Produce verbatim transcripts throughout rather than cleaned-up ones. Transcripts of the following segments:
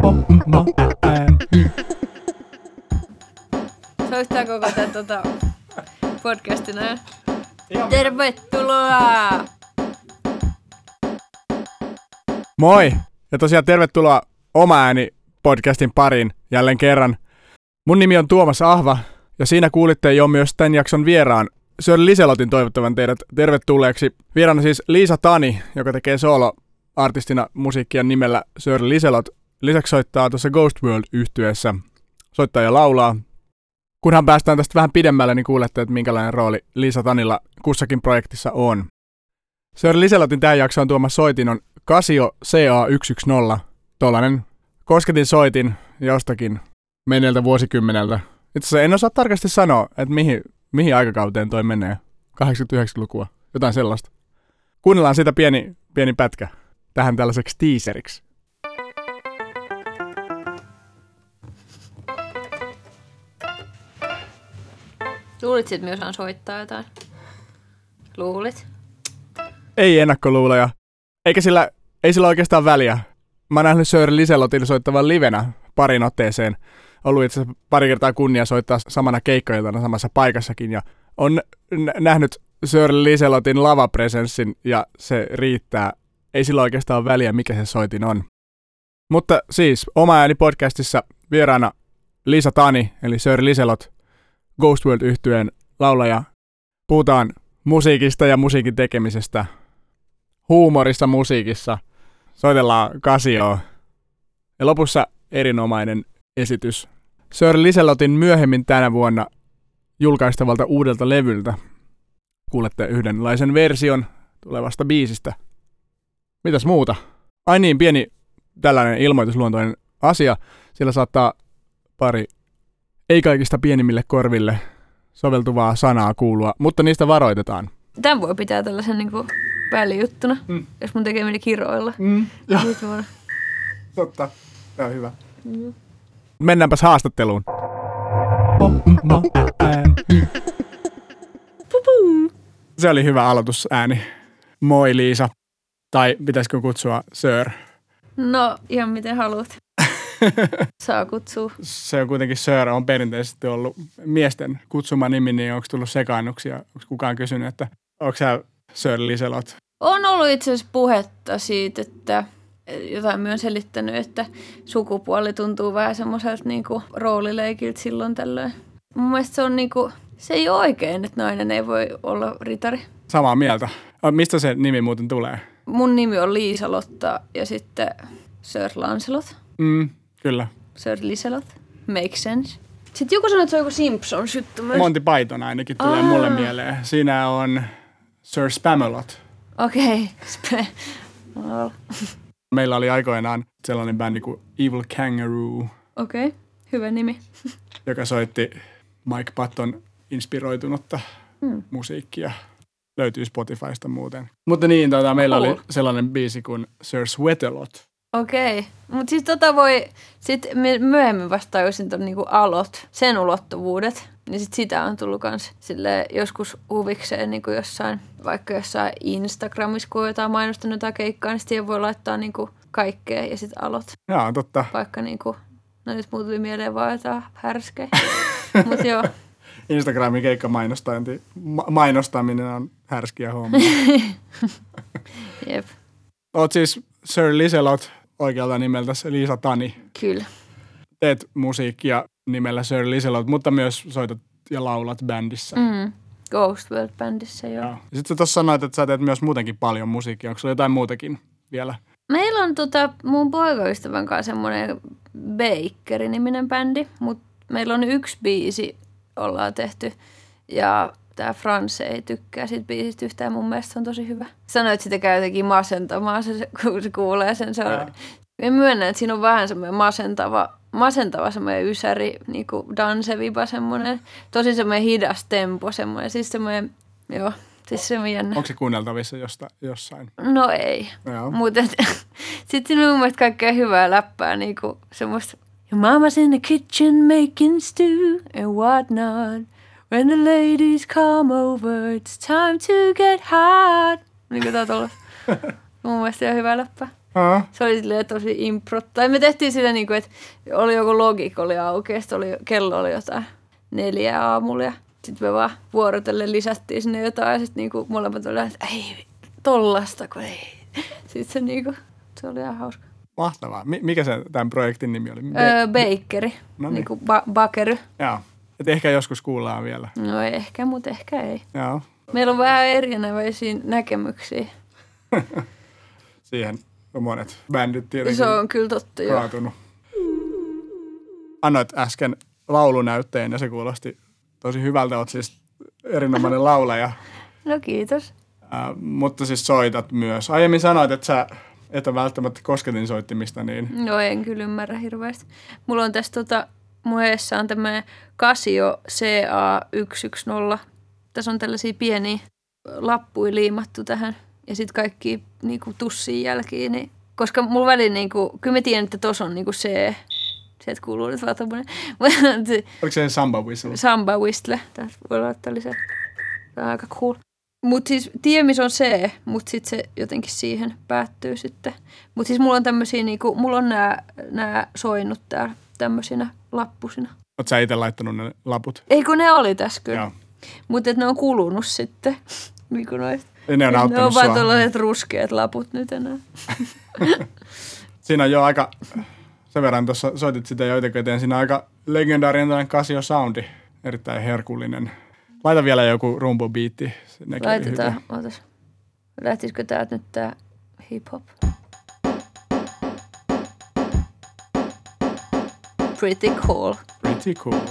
Soittaa koko tämän tota, podcastina. Tervetuloa! Moi! Ja tosiaan tervetuloa Oma ääni podcastin pariin jälleen kerran. Mun nimi on Tuomas Ahva ja siinä kuulitte jo myös tämän jakson vieraan Sir Liselotin toivottavan teidät tervetulleeksi. Vieraana siis Liisa Tani, joka tekee solo-artistina musiikkia nimellä Sir Liselot. Lisäksi soittaa tuossa Ghost World-yhtyeessä. Soittaa ja laulaa. Kunhan päästään tästä vähän pidemmälle, niin kuulette, että minkälainen rooli Liisa Tanilla kussakin projektissa on. Sir Liselotin tämän jakson tuoma soitin on Casio C A yksi yksi nolla. Tuollainen kosketin soitin jostakin menneeltä vuosikymmeneltä. Itse asiassa en osaa tarkasti sanoa, että mihin, mihin aikakauteen toi menee. kahdeksankymmentä-yhdeksänkymmentälukua, jotain sellaista. Kuunnellaan sitä pieni, pieni pätkä tähän tällaiseksi teaseriksi. Luulit, että me osaan soittaa jotain? Luulit? Ei ennakkoluuloja. Eikä sillä, ei sillä oikeastaan väliä. Mä oon nähnyt Sir Liselotin soittavan livenä parin otteeseen. Ollut itse asiassa pari kertaa kunnia soittaa samana keikkailtana samassa paikassakin. Ja on n- nähnyt Sir Liselotin lavapresenssin ja se riittää. Ei sillä oikeastaan väliä, mikä se soitin on. Mutta siis Oma ääni podcastissa vieraana Liisa Tani, eli Sir Liselot, Ghost World-yhtyeen laulaja. Puhutaan musiikista ja musiikin tekemisestä. Huumorissa musiikissa. Soitellaan Casioa. Ja lopussa erinomainen esitys Sir Liselotin myöhemmin tänä vuonna julkaistavalta uudelta levyltä. Kuulette yhdenlaisen version tulevasta biisistä. Mitäs muuta? Ai niin, pieni tällainen ilmoitusluontoinen asia. Sillä saattaa pari ei kaikista pienimmille korville soveltuvaa sanaa kuulua, mutta niistä varoitetaan. Tämän voi pitää tällaisen niin kuin välijuttuna, mm. jos mun tekee meni kiroilla. Mm, Totta, tämä on hyvä. Mm. Mennäänpäs haastatteluun. Se oli hyvä aloitusääni. Moi Liisa. Tai pitäisikö kutsua Sir? No, ihan miten haluat. Saa kutsua. Se on kuitenkin Sir, on perinteisesti ollut miesten kutsuma nimi, niin onko tullut sekaannuksia? Onko kukaan kysynyt, että onko sä Sir Liselot? On ollut itse asiassa puhetta siitä, että jotain myös selittänyt, että sukupuoli tuntuu vähän semmoiselta niinku roolileikiltä silloin tällöin. Mun mielestä se on niinku, se ei ole oikein, että nainen ei voi olla ritari. Samaa mieltä. Mistä se nimi muuten tulee? Mun nimi on Liisa Lotta ja sitten Sir Lancelot. Mm, kyllä. Sir Liselot. Makes sense. Sitten joku sanoi, että se on joku Simpsons-juttu myös. Monty Python ainakin tulee Aa. mulle mieleen. Siinä on Sir Spamalot. Okei. Okay. Sp- Meillä oli aikoinaan sellainen bändi kuin Evil Kangaroo. Okei, okay. Hyvä nimi. Joka soitti Mike Patton inspiroitunutta hmm. musiikkia. Löytyy Spotifysta muuten. Mutta niin, tota, meillä cool. oli sellainen biisi kuin Sir Sweatalot. Okei, okay. Mutta siis tota voi, sitten myöhemmin vasta tajusin ton niinku alot, sen ulottuvuudet, niin sit sitä on tullut kans sille joskus huvikseen niinku jossain, vaikka jossain Instagramissa, kun on jotain mainostanut jotain keikkaa, niin siihen voi laittaa niinku kaikkea ja sit alot. Jaa, totta. Vaikka niinku, no nyt muu tuli mieleen vaan jotain härskejä, mut joo. Instagramin keikkamainostointi, ma- mainostaminen on härskiä homma. Jep. Oot siis Sir Liselot, oikealta nimeltäsi Liisa Tani. Kyllä. Teet musiikkia nimellä Sir Liselot, mutta myös soitat ja laulat bändissä. Mm. Ghost World-bändissä, joo. joo. Sitten sä tuossa sanoit, että sä teet myös muutenkin paljon musiikkia. Onko sulla jotain muutakin vielä? Meillä on tota, mun poikaystävän kanssa semmoinen Baker-niminen bändi, mutta meillä on yksi biisi, ollaan tehty, ja tämä Frans ei tykkää siitä biisistä yhtään. Mun mielestä se on tosi hyvä. Sanoit, että sitä käy jotenkin masentamaan, se, kun se kuulee sen. Se on, mä myönnän, että siinä on vähän semmoinen masentava, masentava semmoinen ysäri, niin kuin danseviba semmoinen. Tosi semmoinen hidas tempo semmoinen. Siis semmoinen, joo, siis semmoinen jännä. Onko se kuunneltavissa josta, jossain? No ei. Mutta sitten siinä on mun mielestä kaikkea hyvää läppää, niin kuin semmoista. Your mama's in the kitchen making stew and what not. When the ladies come over, it's time to get hot. Niin kuin tää on tullut. Mun mielestä ihan hyvä läppä. Aa. Se oli silleen tosi impro. Tai me tehtiin sillä niin kuin, että oli joku logik oli auki ja oli, kello oli jotain neljä aamulla ja sitten me vaan vuorotellen lisättiin sinne jotain ja sitten niin molemmat oli, että ei tollasta, kun ei. Sitten se, niin kuin, se oli ihan hauska. Mahtavaa. Mikä se tämän projektin nimi oli? Be- öö, Bakeri, no niin. niin kuin ba- bakery. Joo. Et ehkä joskus kuullaan vielä. No ehkä, mutta ehkä ei. Joo. Meillä on vähän erinäisiä näkemyksiä. Siihen on monet bändit tietenkin se on kyllä totta, kaatunut. Annoit äsken laulunäytteen ja se kuulosti tosi hyvältä. Oot siis erinomainen laulaja. No kiitos. Äh, mutta siis soitat myös. Aiemmin sanoit, että sä et ole välttämättä kosketin soittimista, niin... No en kyllä ymmärrä hirveästi. Mulla on tässä tota, mun eessä on tämmöinen Casio C A yksi yksi nolla. Tässä on tällaisia pieniä lappuja liimattu tähän ja sitten kaikki niinku tussiin jälkiin. Niin, koska mulla väliin, niinku, kyllä mä tiedän, että tossa on niinku C. Sieltä kuuluu nyt vaan tommoinen. Oliko se Samba Whistle? Samba Whistle. Tässä voi olla, että oli se. Tämä on aika cool. Mutta siis tiemis on C, mutta sitten se jotenkin siihen päättyy sitten. Mutta siis mulla on tämmöisiä, niinku, mulla on nämä soinnut täällä tämmöisinä lappusina. Oot sä itse laittanut ne laput? Ei kun ne oli tässä kyllä. Mutta ne on kulunut sitten. Niinku noista. Ja ne on auttanut Ne on vaan sua. tuollaiset ruskeat laput nyt enää. Siinä on jo aika, sen verran tuossa soitit sitä jo etukäteen, siinä on aika legendaarinen tällainen Casio soundi, erittäin herkullinen. Laita vielä joku rumpubiitti. Laitetaan, ootas. Lähtisikö täältä nyt tää hip-hop? Pretty cool. Pretty cool.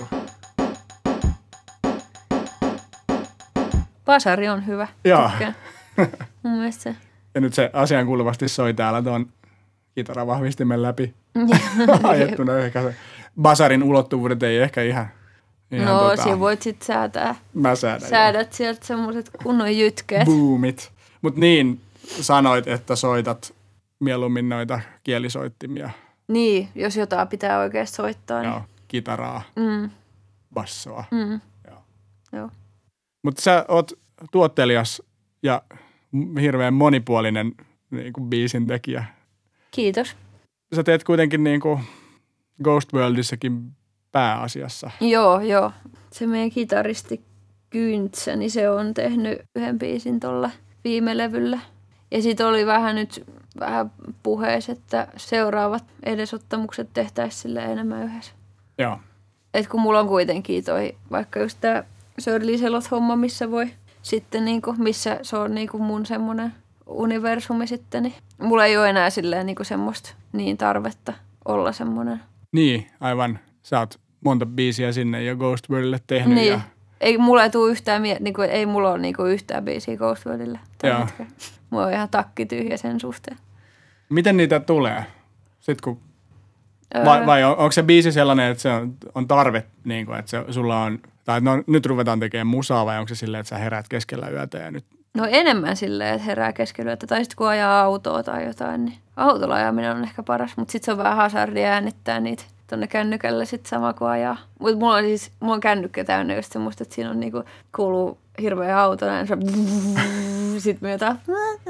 Basari on hyvä. Joo. Tykkään. Mun mielestä se. Ja nyt se asian kuuluvasti soi täällä tuon kitaravahvistimen läpi ajettuna. Ehkä se basarin ulottuvuudet ei ehkä ihan, ihan no, tota, siinä voit sit säätää. Mä säädän. Säädät sieltä semmoset kunnon jytkeet. Boomit. Mut niin sanoit, että soitat mieluummin noita kielisoittimia. Niin, jos jotain pitää oikeasti soittaa. Niin. Joo, kitaraa, Mm. bassoa. Mm. Joo. Joo. Mutta sä oot tuottelias ja hirveän monipuolinen niin kuin biisintekijä. Kiitos. Sä teet kuitenkin niin kuin Ghost Worldissakin pääasiassa. Joo, joo. Se meidän kitaristi Kyntsä, niin se on tehnyt yhden biisin tuolla viime levyllä. Ja sitten oli vähän nyt vähän puheessa, että seuraavat edesottamukset tehtäisiin sille enemmän yhdessä. Joo. Et kun mulla on kuitenkin toi, vaikka just tää Shirley Selot-homma, missä voi sitten niinku, missä se on niinku mun semmoinen universumi sitten, niin mulla ei ole enää silleen niinku semmoista niin tarvetta olla semmoinen. Niin, aivan. Sä oot monta biisiä sinne jo Ghost Worldille tehnyt. Niin. Ja... Ei mulla ei tule yhtään, niinku, ei mulla ole niinku yhtään biisiä Ghost Worldille. Joo. Mulla on ihan takki tyhjä sen suhteen. Miten niitä tulee? Sitten kun... Vai, vai on, onko se biisi sellainen, että se on, on tarve, niin kuin, että se, sulla on, tai no, nyt ruvetaan tekemään musaa, vai onko se silleen, että sä heräät keskellä yötä ja nyt... No enemmän silleen, että herää keskellä yötä, tai sitten kun ajaa autoa tai jotain, niin autolla ajaminen on ehkä paras, mutta sitten se on vähän hazardia äänittää niitä tonne kännykällä sitten sama kuin ajaa. Mutta mulla on siis, mulla on kännykkä täynnä just semmoista, että siinä on niinku, kuuluu hirveä auto, näin se sitten me jotain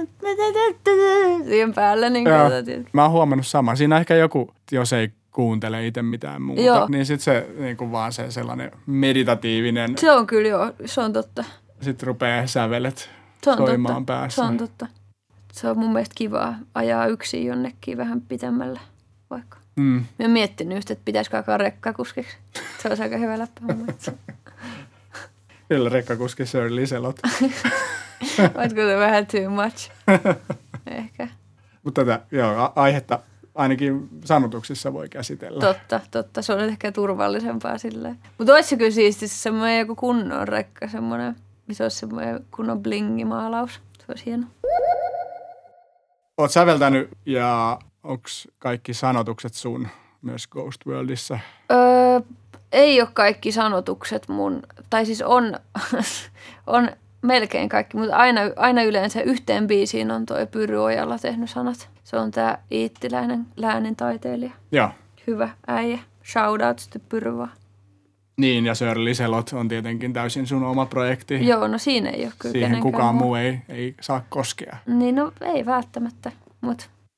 siihen päälle. Niin Joo, katsotaan. mä oon huomannut saman. Siinä on ehkä joku, jos ei kuuntele itse mitään muuta, Joo. niin sitten se niin kuin vaan se sellainen meditatiivinen, Se on kyllä joo, se on totta. sitten rupeaa sävelet Se on soimaan totta. päässä. Se on totta. Se on mun mielestä kivaa ajaa yksin jonnekin vähän pitemmällä vaikka. Mm. Mä oon miettinyt just, että pitäisikö alkaa rekkakuskiksi. Se olisi aika hyvä läppä mun mielestä. Kyllä rekkakuski Shirley Selot. Oletko se vähän too much? Ehkä. Mutta tätä joo, a- aihetta ainakin sanotuksissa voi käsitellä. Totta, totta. Se on nyt ehkä turvallisempaa silleen. Mutta olisi se kyllä siisti semmoinen joku kunnon rekka, semmoinen, missä olisi semmoinen kunnon blingimaalaus. Se olisi hieno. Oot säveltänyt ja onks kaikki sanotukset sun myös Ghost Worldissa? Öö, ei ole kaikki sanotukset mun, tai siis on, on melkein kaikki, mutta aina, aina yleensä yhteen biisiin on toi Pyry Ojala tehnyt sanat. Se on tää iittiläinen läänin taiteilija. Joo. Hyvä äijä. Shoutouts to Pyry vaan. Niin, ja Shirley Selot on tietenkin täysin sun oma projekti. Joo, no siinä ei ole kyllä Siihen kenenkään kukaan muu. muu ei, ei saa koskea. Niin no ei välttämättä, mutta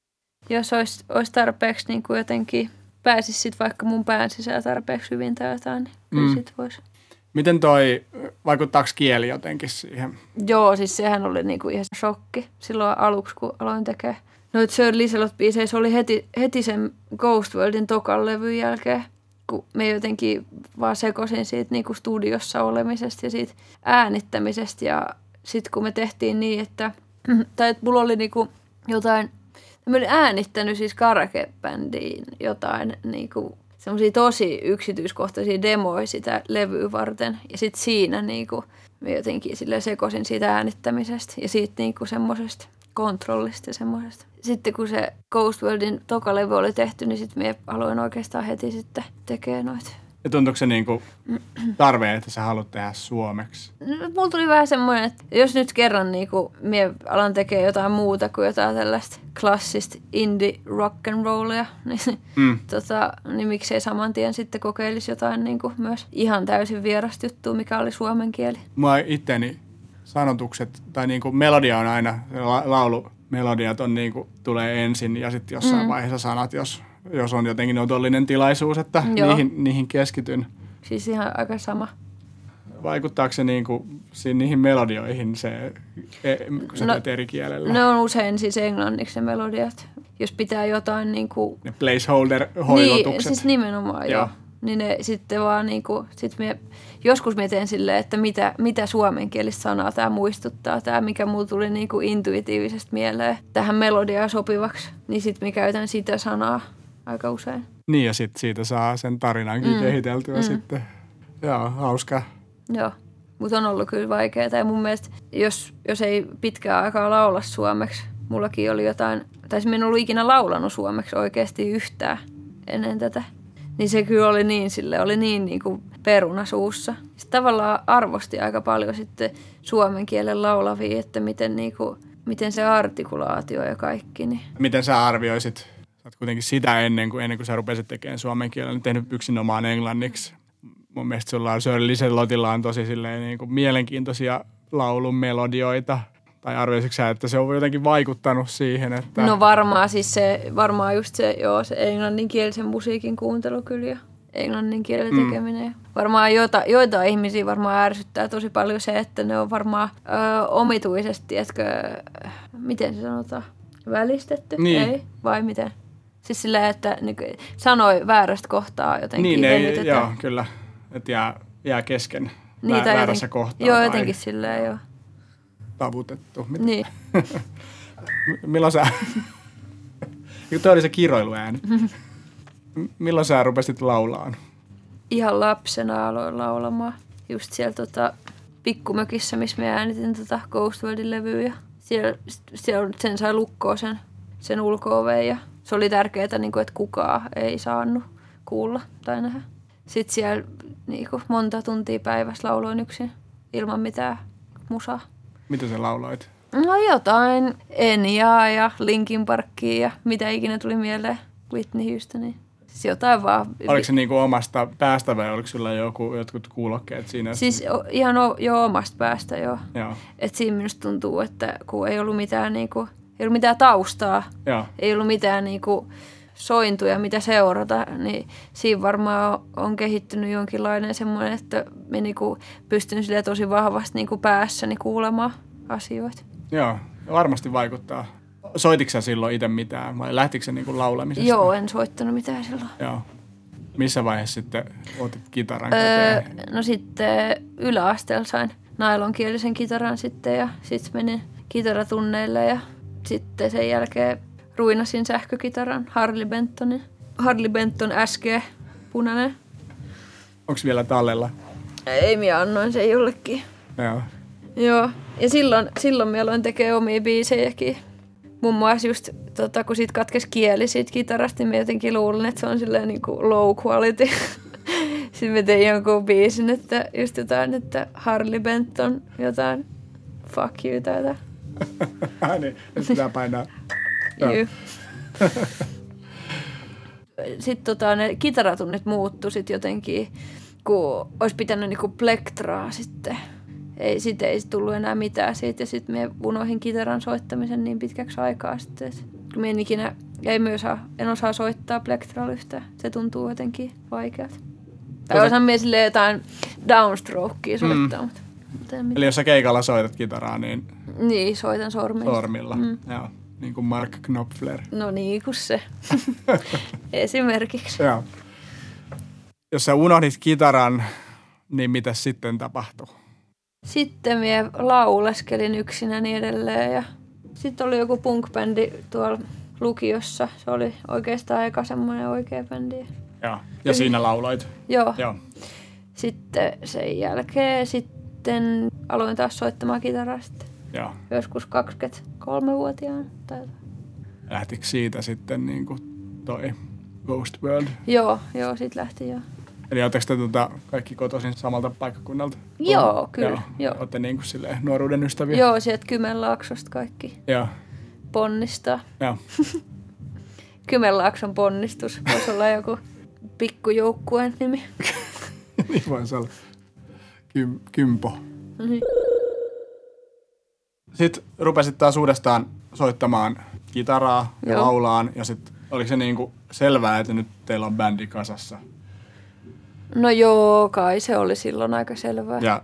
jos olisi, olisi tarpeeksi niin kuin jotenkin, pääsisi sit vaikka mun pään sisään tarpeeksi hyvin tai jotain, niin kyllä Mm. sit voisi. Miten toi, vaikuttaako kieli jotenkin siihen? Joo, siis sehän oli niinku ihan shokki silloin aluksi, kun aloin tekemään noita Sir Liselot-biisejä. Se oli heti, heti sen Ghost Worldin tokan levyn jälkeen, kun me jotenkin vaan sekoisin siitä niinku studiossa olemisesta ja siitä äänittämisestä. Ja sitten kun me tehtiin niin, että, tai että mulla oli niinku jotain, mä olin äänittänyt siis karaoke-bändiin jotain niinku semmoisia tosi yksityiskohtaisia demoja sitä levyä varten. Ja sitten siinä niinku, mä jotenkin sekoisin siitä äänittämisestä ja siitä niinku semmoisesta kontrollista ja semmoisesta. Sitten kun se Ghost Worldin toka levy oli tehty, niin sitten mä aloin oikeastaan heti sitten tekemään noita. Ja tuntuuko se niinku tarve, että sä haluat tehdä suomeksi? No, mulla tuli vähän semmoinen, että jos nyt kerran niinku mie alan tekemään jotain muuta kuin jotain tällaista klassista indie rock and rollia, niin, Mm. tota, niin miksei saman tien sitten kokeilisi jotain niinku myös ihan täysin vierasta juttua, mikä oli suomen kieli. Mua itteni sanotukset, tai niinku melodia on aina, la- laulumelodiat on niinku, tulee ensin ja sitten jossain mm. vaiheessa sanat, jos, jos on jotenkin otollinen tilaisuus, että niihin, niihin keskityn. Siis ihan aika sama. Vaikuttaako se niinku, siinä niihin melodioihin, se, kun sä No, teet eri kielellä? Ne on usein siis englanniksi ne melodiat. Jos pitää jotain niinku... Ne placeholder-hoilotukset. Niin, siis nimenomaan joo. joo. Niin ne sitten vaan niinku... Sit mie, joskus mä teen silleen, että mitä, mitä suomenkielistä sanaa tää muistuttaa. Tää, mikä mulla tuli niinku intuitiivisesti mieleen tähän melodiaan sopivaksi. Niin sit mä käytän sitä sanaa aika usein. Niin ja sit siitä saa sen tarinankin mm. kehiteltyä mm. sitten. Joo, hauskaa. Joo, mutta on ollut kyllä vaikeaa. Ja mun mielestä, jos, jos ei pitkään aikaa laula suomeksi, mullakin oli jotain, tai minä en ollut ikinä laulanut suomeksi oikeasti yhtään ennen tätä, niin se kyllä oli niin sille, oli niin, niin kuin peruna suussa. Sitten tavallaan arvosti aika paljon sitten suomen kielen laulavia, että miten, niin kuin, miten se artikulaatio ja kaikki. Niin. Miten sä arvioisit, sä oot kuitenkin sitä ennen kuin, ennen kuin sä rupesit tekemään suomen kielellä, niin tehnyt yksinomaan englanniksi. Mun mielestä sulla on Sir Liselotilla on tosi silleen, niin kuin mielenkiintoisia laulun melodioita. Tai arvioisitko sä, että se on jotenkin vaikuttanut siihen, että... No varmaan siis se, varmaan just se, joo, se englanninkielisen musiikin kuuntelu kyllä ja englannin kielellä tekeminen. Mm. Varmaan joita, joita ihmisiä varmaan ärsyttää tosi paljon se, että ne on varmaan ö, omituisesti, tiedätkö, miten se sanotaan, välistetty? Niin. Ei? Vai miten? Siis sillä, että niin, sanoi väärästä kohtaa jotenkin niin, venytetään. Niin, joo, kyllä. Että jää, jää kesken niin, vä- väärässä jotenkin, kohtaa. Joo, tai jotenkin silleen, joo. Tavutettu. Mit? Niin. Milloin sä... Tuo oli se kiroiluääni. Milloin sä rupesit laulaan? Ihan lapsena aloin laulamaan. Just siellä tota, pikkumökissä, missä me äänitin tota Ghost Worldin levyä. Siellä, siellä sen sai lukkoon sen, sen ulko-oveen ja se oli tärkeää, niin kuin, että kukaan ei saanut kuulla tai nähdä. Sitten siellä niin kuin, monta tuntia päivässä lauloin yksin ilman mitään musaa. Mitä sä lauloit? No jotain Eniaa ja Linkin Parkia ja mitä ikinä tuli mieleen, Whitney Houstonia. Siis jotain vaan. Oliko se niinku omasta päästä vai oliko sulla joku, jotkut kuulokkeet siinä? Siis o, ihan o, jo omasta päästä joo. Joo. Et siinä minusta tuntuu, että kun ei ollut mitään, niinku, ei ollut mitään taustaa, Joo. ei ollut mitään niinku, sointuja, mitä seurata, niin siinä varmaan on, on kehittynyt jonkinlainen semmoinen, että me niinku pystyn sille tosi vahvasti niinku päässäni kuulemaan asioita. Joo, varmasti vaikuttaa. Soititko sä silloin itse mitään vai lähtikö se niinku laulamisesta? Joo, en soittanut mitään silloin. Joo. Missä vaiheessa sitten otit kitaran öö, käteen? No sitten yläasteella sain nailonkielisen kitaran sitten ja sitten menin kitaratunneille ja sitten sen jälkeen ruinasin sähkökitaran Harley Bentonin. Harley Benton S G, punainen. Onko vielä tallella? Ei, minä annoin sen jollekin. Joo. Joo, ja silloin, silloin minä aloin tekemään omia biisejäkin. Muun muassa just, tota, kun siitä katkesi kieli siitä kitarasta, niin minä jotenkin luulin, että se on silleen niin kuin low quality. Sitten minä tein jonkun biisin, että just jotain, että Harley Benton, jotain fuck you tai jotain. niin, nyt pitää painaa. Joo. Sitten tota, ne kitaratunnit muuttu sit jotenkin, kun olisi pitänyt niinku plektraa sitten. Ei, sit ei tullut enää mitään siitä ja sitten minä unohin kitaran soittamisen niin pitkäksi aikaa sitten. Kun minä en ikinä ei myös osaa, en osaa soittaa plektralla yhtään. Se tuntuu jotenkin vaikealta. Tai osaan myös silleen jotain downstrokea soittaa. Mm. Mutta eli jos sä keikalla soitat kitaraa, niin... Niin, soitan sormilla. Sormilla, mm. joo. Niin kuin Mark Knopfler. No niin kuin se. Esimerkiksi. Joo. Jos sä unohdit kitaran, niin mitä sitten tapahtuu? Sitten minä lauleskelin yksinäni edelleen ja sitten oli joku punk-bändi tuolla lukiossa. Se oli oikeastaan eka semmoinen oikea bändi. Joo. Ja siinä lauloit? Joo. Joo. Sitten sen jälkeen sitten aloin taas soittamaan kitaraa sitten. Joo. Joskus kaksikymmentäkolmevuotiaana tai lähtikö siitä sitten niin kuin toi Ghost World? Joo, joo, siitä lähti joo. Eli ootteko te tuota kaikki kotoisin samalta paikkakunnalta? Joo, kyllä. Joo. Joo. Ootte niin kuin silleen nuoruuden ystäviä? Joo, sieltä Kymenlaaksosta kaikki joo. ponnistaa. Joo. Kymenlaakson ponnistus voisi olla joku pikkujoukkueen nimi. Niin voisi olla. Kym, kympo. Mm-hmm. Sitten rupesit taas uudestaan soittamaan kitaraa ja Joo. laulaan. Ja sitten oliko se niinku selvää, että nyt teillä on bändi kasassa? No joo, kai se oli silloin aika selvää. Ja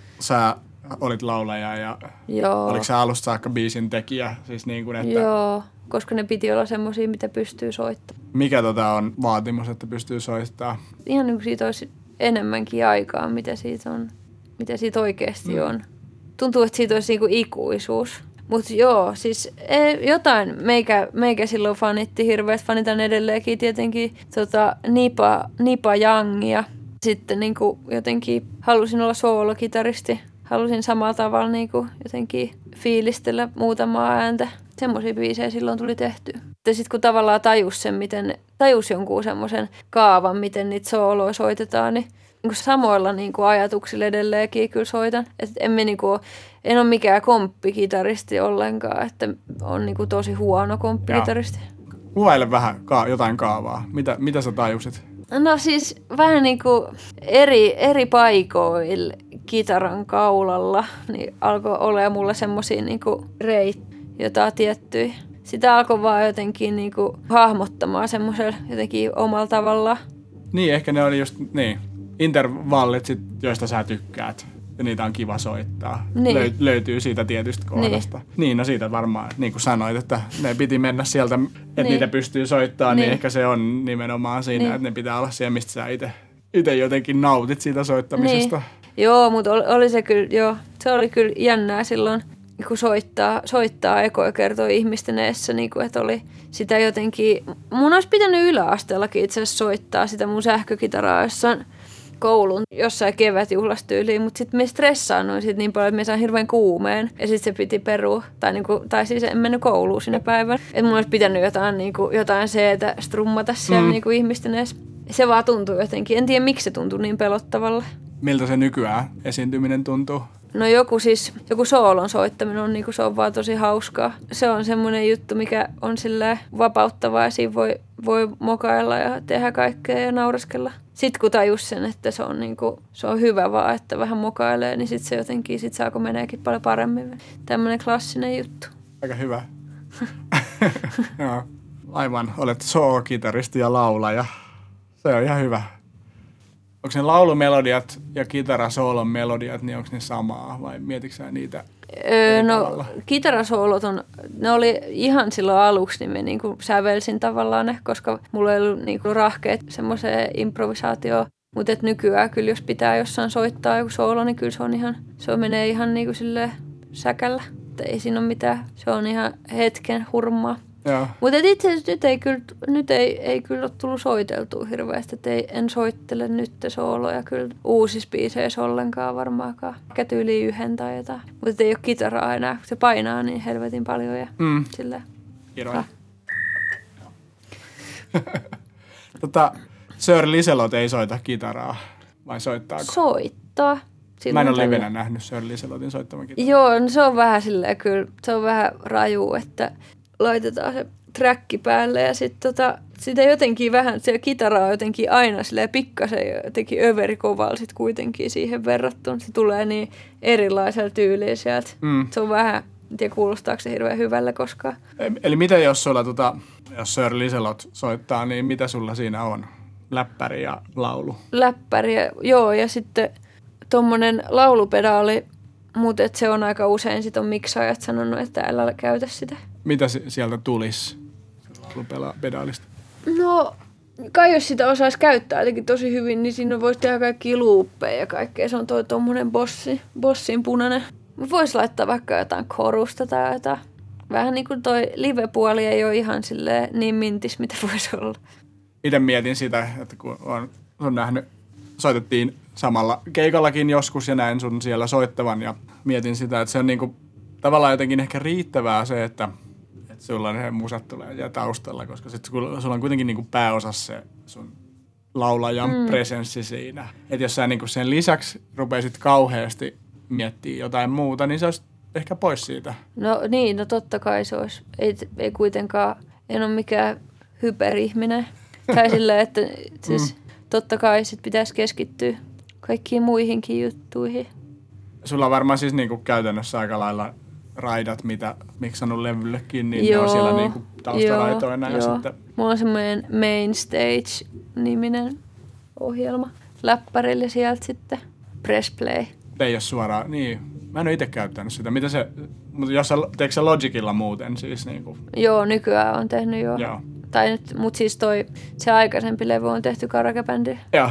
sä olit laulaja ja joo. oliko sä alusta saakka biisin tekijä? Siis niin kuin, että joo, koska ne piti olla semmosia, mitä pystyy soittamaan. Mikä tota on vaatimus, että pystyy soittamaan? Ihan niin kuin siitä olisi enemmänkin aikaa, mitä siitä on, mitä siitä oikeasti mm. on. Tuntuu, että siitä olisi niinku ikuisuus. Mutta joo, siis e, jotain meikä, meikä silloin fanitti hirveästi. Fanitan edelleenkin tietenkin tota, Nipa, Nipa Youngia. Sitten niinku jotenkin halusin olla soolokitaristi. Halusin samalla tavalla niinku jotenkin fiilistellä muutamaa ääntä. Semmoisia biisejä silloin tuli tehtyä. Sitten kun tavallaan tajus sen, miten tajus jonkun semmoisen kaavan, miten niitä sooloja soitetaan, niin niin samoilla niin kuin ajatuksilla edelleenkin kyllä soitan. Et en, niin kuin, en ole mikään komppikitaristi ollenkaan, että on niin kuin tosi huono komppikitaristi. Kuvaile vähän ka- jotain kaavaa. Mitä, mitä sä tajusit? No siis vähän niin kuin eri, eri paikoilla kitaran kaulalla niin alkoi olla mulla semmosia niin kuin reittejä, jotain tiettyjä. Sitä alkoi vaan jotenkin niin kuin hahmottamaan semmoisella jotenkin omalla tavallaan. Niin, ehkä ne oli just niin. Intervallit, sit, joista sä tykkäät, ja niitä on kiva soittaa. Niin. Löy- löytyy siitä tietystä kohdasta. Niin. niin, no siitä varmaan, niin kuin sanoit, että ne piti mennä sieltä, että niin. niitä pystyy soittamaan, niin. niin ehkä se on nimenomaan siinä, niin. että ne pitää olla siellä, mistä sä itse jotenkin nautit siitä soittamisesta. Niin. Joo, mutta oli, oli se kyllä, joo, se oli kyllä jännää silloin, kun soittaa, soittaa ekoja kertoo ihmisten eessä, niin kuin, että oli sitä jotenkin, mun olisi pitänyt yläasteellakin itse asiassa soittaa sitä mun sähkökitaraa jossain koulun jossain kevätjuhlastyyliin, mutta sitten me stressaannuin sit niin paljon, että me sain hirveän kuumeen ja sitten se piti perua. Tai, niinku, tai siis en mennyt kouluun sinne päivän. Että mun olisi pitänyt jotain, niinku, jotain seetä strummata siellä mm. niinku, ihmisten edes. Se vaan tuntuu jotenkin. En tiedä, miksi se tuntuu niin pelottavalle. Miltä se nykyään esiintyminen tuntuu? No joku siis, joku soolon soittaminen on, niinku, se on vaan tosi hauskaa. Se on semmoinen juttu, mikä on silleen vapauttavaa ja siinä voi, voi mokailla ja tehdä kaikkea ja nauraskella. Sitten kun tajus sen, että se on, niinku, se on hyvä vaan, että vähän mokailee, niin sitten se jotenkin, sit saako meneekin paljon paremmin. Tämmöinen klassinen juttu. Aika hyvä. Joo. Aivan, olet soolokitaristi ja laulaja. Se on ihan hyvä. Onko ne laulumelodiat ja kitarasoolon melodiat, niin onko ne samaa vai mietitkö sä niitä? Öö, no kitarasoolot on, ne oli ihan silloin aluksi, niin mä niinku sävelsin tavallaan ne, koska mulla ei ollut niinku rahkeet semmoiseen improvisaatioon. Mutta nykyään kyllä jos pitää jossain soittaa joku soolo, niin kyllä se on ihan, se menee ihan niinku silleen säkällä. Että ei siinä ole mitään, se on ihan hetken hurmaa. Mutta itse asiassa nyt ei kyllä, nyt ei, ei kyllä ole tullut soiteltua hirveästi, että ei, en soittele nyt sooloja kyllä uusissa biiseissä ollenkaan varmaankaan. Ehkä tyyliin yhden tai jotain. Mutta ei ole kitaraa enää, kun se painaa niin helvetin paljon ja mm. silleen. Kiroin. tota, Sir Liselot ei soita kitaraa, vai soittaako? Soittaa. Silloin Mä en ole livenä nähnyt Sir Liselotin soittaman kitaraa. Joo, no se on vähän silleen kyllä, se on vähän raju, että laitetaan se träkki päälle ja sitten tota, sitä jotenkin vähän, se kitara on jotenkin aina silleen pikkasen jotenkin överikovalla sit kuitenkin siihen verrattuna. Se tulee niin erilaisella tyylillä sieltä. Mm. Se on vähän, En tiedä, kuulostaako se hirveän hyvälle koskaan. Eli mitä jos sulla, tota, jos Sir Liselot soittaa, niin mitä sulla siinä on? Läppäri ja laulu? Läppäri, joo, ja sitten tommonen laulupedaali, mutta se on aika usein sit on miksaajat sanonut, että älä käytä sitä. Mitä sieltä tulisi laulupedaalista? No, kai jos sitä osaisi käyttää jotenkin tosi hyvin, niin siinä voisi tehdä kaikkia luuppeja ja kaikkea. Se on toi tommonen bossi, bossin punainen. Voisi laittaa vaikka jotain korusta tai jotain. Vähän niin kuin toi live-puoli ei ole ihan silleen niin mintis, mitä voisi olla. Itse mietin sitä, että kun on, on nähnyt, soitettiin samalla keikallakin joskus ja näin sun siellä soittavan ja mietin sitä, että se on niinku tavallaan jotenkin ehkä riittävää se, että, että sulla ne musat tulee siellä taustalla, koska sit sulla on kuitenkin niinku pääosassa se sun laulajan mm. presenssi siinä. Että jos sä niinku sen lisäksi rupeisit kauheasti miettimään jotain muuta, niin se olisi ehkä pois siitä. No niin, no totta kai se olisi. Ei, ei kuitenkaan, en ole mikään hyperihminen. Tai silleen, että siis mm. totta kai sit pitäisi keskittyä kaikkiin muihinkin juttuihin. Sulla on varmaan siis niinku käytännössä aika lailla raidat, mitä miksannut levyllekin, niin joo, ne on siellä niinku taustaraitoina. Joo, ja joo. Sitten... Mulla on semmoinen Main Stage-niminen ohjelma. Läppärille sieltä sitten. Press Play. Ei ole suoraan, niin. Mä en ole itse käyttänyt sitä. Mitä se, mutta jos sä, teekö sä Logicilla muuten siis niinku? Joo, nykyään on tehnyt jo. Joo. Tai nyt, mut siis toi, se aikaisempi levy on tehty karaoke-bändiin. Joo.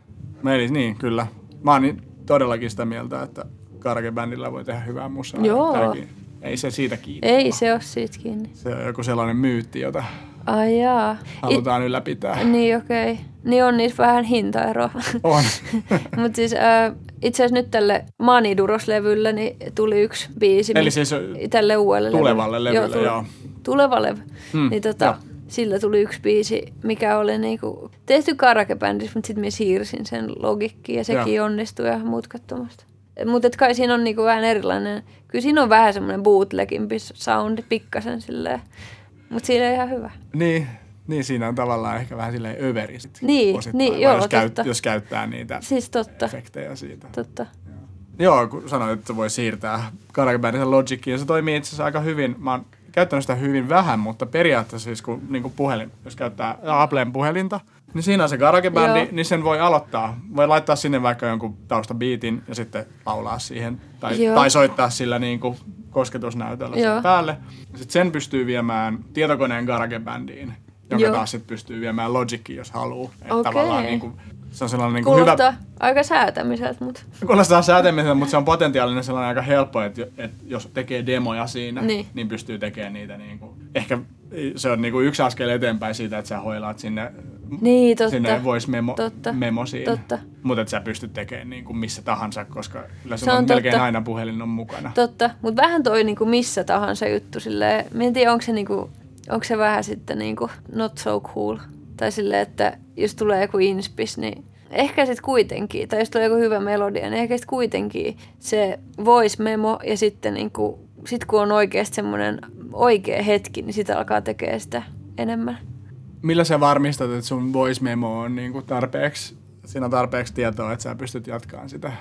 Eli niin, kyllä. Mä oon niin todellakin sitä mieltä, että karaoke-bändillä voi tehdä hyvää musaa. Joo. Tälläkin. Ei se siitä kiinni. Ei vaan. se ole siitä kiinni. Se on joku sellainen myytti, jota Ai jaa. halutaan I... ylläpitää. Niin okei. Okay. Niin on niissä vähän hintaeroa. On. Mutta siis äh, itse asiassa nyt tälle Maniduros-levylle niin tuli yksi biisi. Eli siis tälle uudelle tulevalle levylle, levylle. joo. Tuleva levy. Hmm, niin tota, sillä tuli yksi biisi, mikä oli niinku tehty karaoke-bändissä, mutta sitten minä siirsin sen Logickiin ja sekin joo. onnistui ihan mutkattomasti. Mutta kai siinä on niinku vähän erilainen, kyllä siinä on vähän semmoinen bootlegimpi soundi pikkasen silleen, mutta siinä on ihan hyvä. Niin, niin siinä on tavallaan ehkä vähän silleen överi sit niin, niin, joo, jos, käyt, totta. jos käyttää niitä siis totta. efektejä siitä. Totta. Joo, joo kun sanoit, että voi siirtää karaoke-bändissä Logickiin, ja se toimii itse asiassa aika hyvin. Mä oon käyttänyt sitä hyvin vähän, mutta periaatteessa siis kun niin kuin puhelin, jos käyttää Applen puhelinta, niin siinä on se karaoke-bändi, niin sen voi aloittaa. Voi laittaa sinne vaikka jonkun taustabiitin ja sitten laulaa siihen. Tai, tai soittaa sillä niin kuin kosketusnäytöllä sen päälle. Sitten sen pystyy viemään tietokoneen karaoke-bändiin, jonka joo. taas sitten pystyy viemään Logickiin, jos haluaa. Että tavallaan niin kuin, se on sellainen niin kuin kuulostaa hyvä... aika säätämiseltä, mutta... Kuulostaa säätämiseltä, mutta se on potentiaalinen sellainen aika helppo, että, että jos tekee demoja siinä, niin, niin pystyy tekemään niitä niin kuin... Ehkä se on niin kuin yksi askel eteenpäin siitä, että sä hoilaat sinne, niin, totta. sinne voice memo, totta. memo siinä. Mutta että sä pystyt tekemään niin kuin missä tahansa, koska kyllä se on, on melkein aina puhelin on mukana. Totta, mutta vähän toi niin kuin missä tahansa juttu. Silleen, mä en tiedä, onko se, niin kuin, onko se vähän sitten niin kuin not so cool. Tai silleen, että jos tulee joku inspis, niin ehkä sitten kuitenkin, tai jos tulee joku hyvä melodia, niin ehkä sitten kuitenkin se voice memo ja sitten niin kuin, sit kun on oikeasti semmoinen oikea hetki, niin sitä alkaa tekemään sitä enemmän. Millä sä varmistat, että sun voice memo on niin kuin tarpeeksi, siinä on tarpeeksi tietoa, että sä pystyt jatkamaan sitä?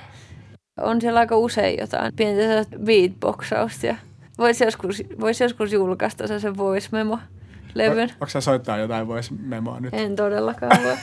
On siellä aika usein jotain pientä beatboxausta ja voisi joskus, vois joskus julkaista sen voice memo levyn. Onko sä soittaa jotain voice memoa nyt? En todellakaan voi.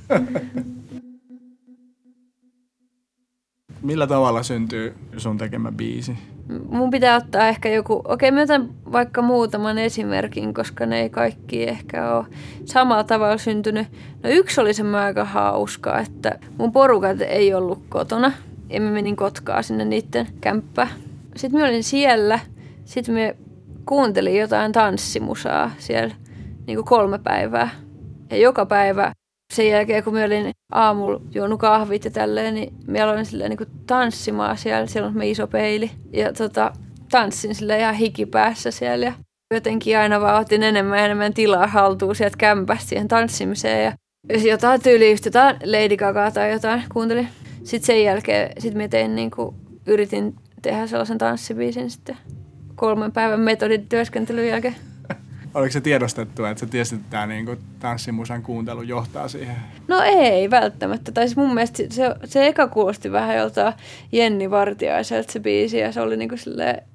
Millä tavalla syntyy sun tekemä biisi? Mun pitää ottaa ehkä joku, okei mä otan vaikka muutaman esimerkin, koska ne ei kaikki ehkä ole samalla tavalla syntynyt. No yksi oli semmoinen aika hauska, että mun porukat ei ollut kotona ja mä menin Kotkaan sinne niiden kämppään. Sitten mä olin siellä, sitten mä kuuntelin jotain tanssimusaa siellä niin kuin kolme päivää. Ja joka päivä sen jälkeen, kun mä olin aamulla juonut kahvit ja tälleen, niin mä aloin silleen niin kuin tanssimaan siellä. Siellä on iso peili. Ja tota, tanssin silleen ihan hikipäässä siellä. Ja jotenkin aina vaan otin enemmän ja enemmän tilaa haltuun sieltä kämpästä siihen tanssimiseen. Ja jotain tyyliä, jotain Lady Gagaa tai jotain kuuntelin. Sitten sen jälkeen sit mä tein niin kuin, yritin tehdä sellaisen tanssibiisin sitten kolmen päivän metodityöskentelyn jälkeen. Oliko se tiedostettu, että sä tiesit, että tämä niinku tanssimusan kuuntelu johtaa siihen? No ei välttämättä. Tai siis mun mielestä se, se eka kuulosti vähän joltain Jenni Vartiaiselta se biisi ja se oli niinku silleen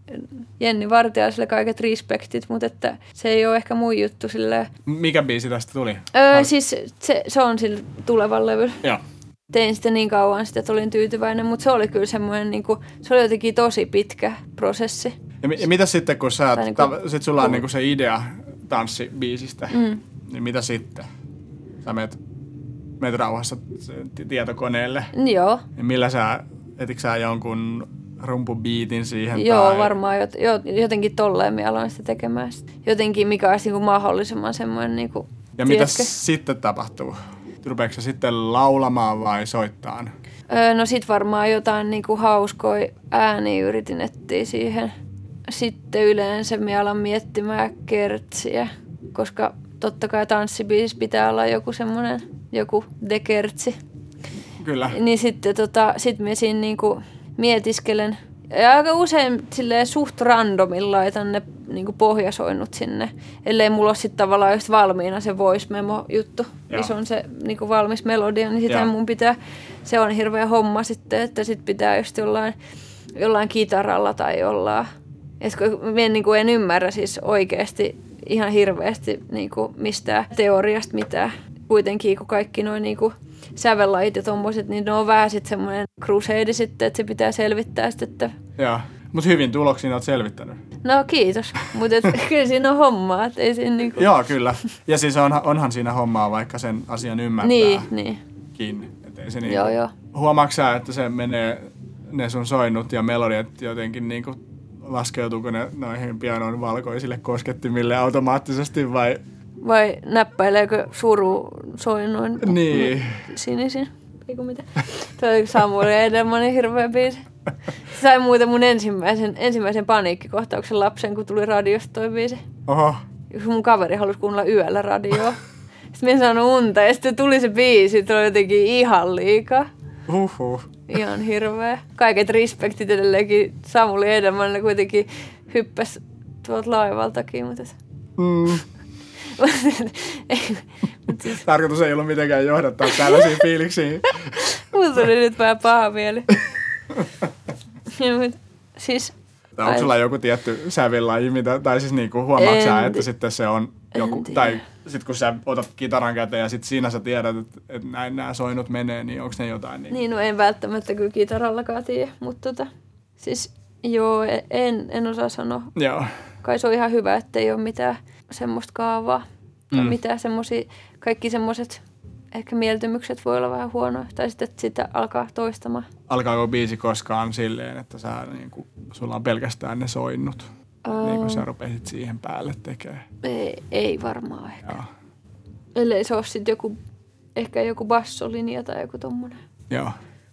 Jenni Vartiaiselle kaiket respektit, mutta että se ei ole ehkä mun juttu silleen. Mikä biisi tästä tuli? Öö, Har... Siis se, se on sillä tulevan levyllä. Joo. Tein sitä niin kauan sitten, että olin tyytyväinen, mutta se oli kyllä semmoinen, niin kuin, se oli jotenkin tosi pitkä prosessi. Ja, mi- ja mitä sitten, kun sä, niin ta- sit sulla on niin kuin se idea tanssibiisistä, mm. niin mitä sitten? Sä meet, meet rauhassa tietokoneelle. Joo. Ja millä sä, etitkö sä jonkun rumpubiitin siihen? Joo, tai... varmaan jot, jotenkin tolleen minä aloin sitä tekemään. Jotenkin mikä olisi niin kuin mahdollisimman semmoinen, niin kuin, ja mitä sitten tapahtuu? Rupeeko sä sitten laulamaan vai soittaan? Öö, no sit varmaan jotain niin kuin hauskoja ääniä yritin etsiä siihen. Sitten yleensä minä alan miettimään kertsiä, koska totta kai tanssibiisissä pitää olla joku semmoinen, joku dekertsi. Kyllä. Niin sitten tota, sit minä siinä niinku mietiskelen. Ja aika usein silleen suht randomin laitan ne niinku pohjasoinnut sinne. Ellei mulla ole sitten tavallaan just valmiina se voice memo juttu, missä on se niinku valmis melodia, niin sitä mun pitää, se on hirveä homma sitten, että sit pitää just jollain, jollain kitaralla tai jollain. Et kun minä niinku en ymmärrä siis oikeasti ihan hirveästi niinku mistään teoriasta mitään. Kuitenkin kun kaikki noin niinku sävellajit ja tommoset, niin ne on vähän sitten semmoinen crusade sitten, että se pitää selvittää sitten, että... Joo, mutta hyvin tuloksiin olet selvittänyt. No kiitos, mutta kyllä siinä on hommaa, että ei siinä niinku... Joo, kyllä. Ja siis on, onhan siinä hommaa, vaikka sen asian ymmärtää. Niin, niin. Kiinni. Ei se niinku... Joo, joo. Huomaatko sä, että se menee, ne sun soinnut ja melodiat jotenkin niinku... Laskeutuuko ne noihin pianon valkoisille koskettimille automaattisesti vai... Vai näppäileekö suru soinnuin niin. sinisin? Eiku mitä? Tuo oli Samuel Edelmanin hirveä biisi. Se sai muuten mun ensimmäisen, ensimmäisen paniikkikohtauksen lapsen, kun tuli radiosta toi biisi. Oho. Mun kaveri halusi kuunnella yöllä radioa. Sitten minä en saanut unta ja sitten tuli se biisi, se oli jotenkin ihan liikaa. Huhhuh. Ihan hirveä. Kaiket respektit edelleenkin Samuel Edelmanille kuitenkin hyppäsi tuolta laivaltakin. Mutta... Mm. Tarkoitus ei ollut mitenkään johdattaa tällaisiin fiiliksiin. Mulla tuli nyt vähän paha mieli. siis, onko sulla joku tietty sävillaji, mitä, tai siis niinku huomaatko sä, että sitten se on joku, tai sitten kun sä otat kitaran käteen ja sitten siinä sä tiedät, että, että näin nämä soinut menee, niin onko ne jotain? Niin, niin no en välttämättä kyllä kitarallakaan tiedä, mutta tota, siis joo, en, en osaa sanoa. Joo. Kai se on ihan hyvä, että ei ole mitään semmoista kaavaa. Mm. Mitään semmosia, kaikki semmoiset ehkä mieltymykset voi olla vähän huonoja. Tai sitten, että sitä alkaa toistamaan. Alkaako biisi koskaan silleen, että sä, niin kuin, sulla on pelkästään ne soinnut? Uh, niin kuin sä rupesit siihen päälle tekemään. Ei, ei varmaan ehkä. Joo. Ellei se ole sitten joku, ehkä joku bassolinja tai joku tommonen. Joo.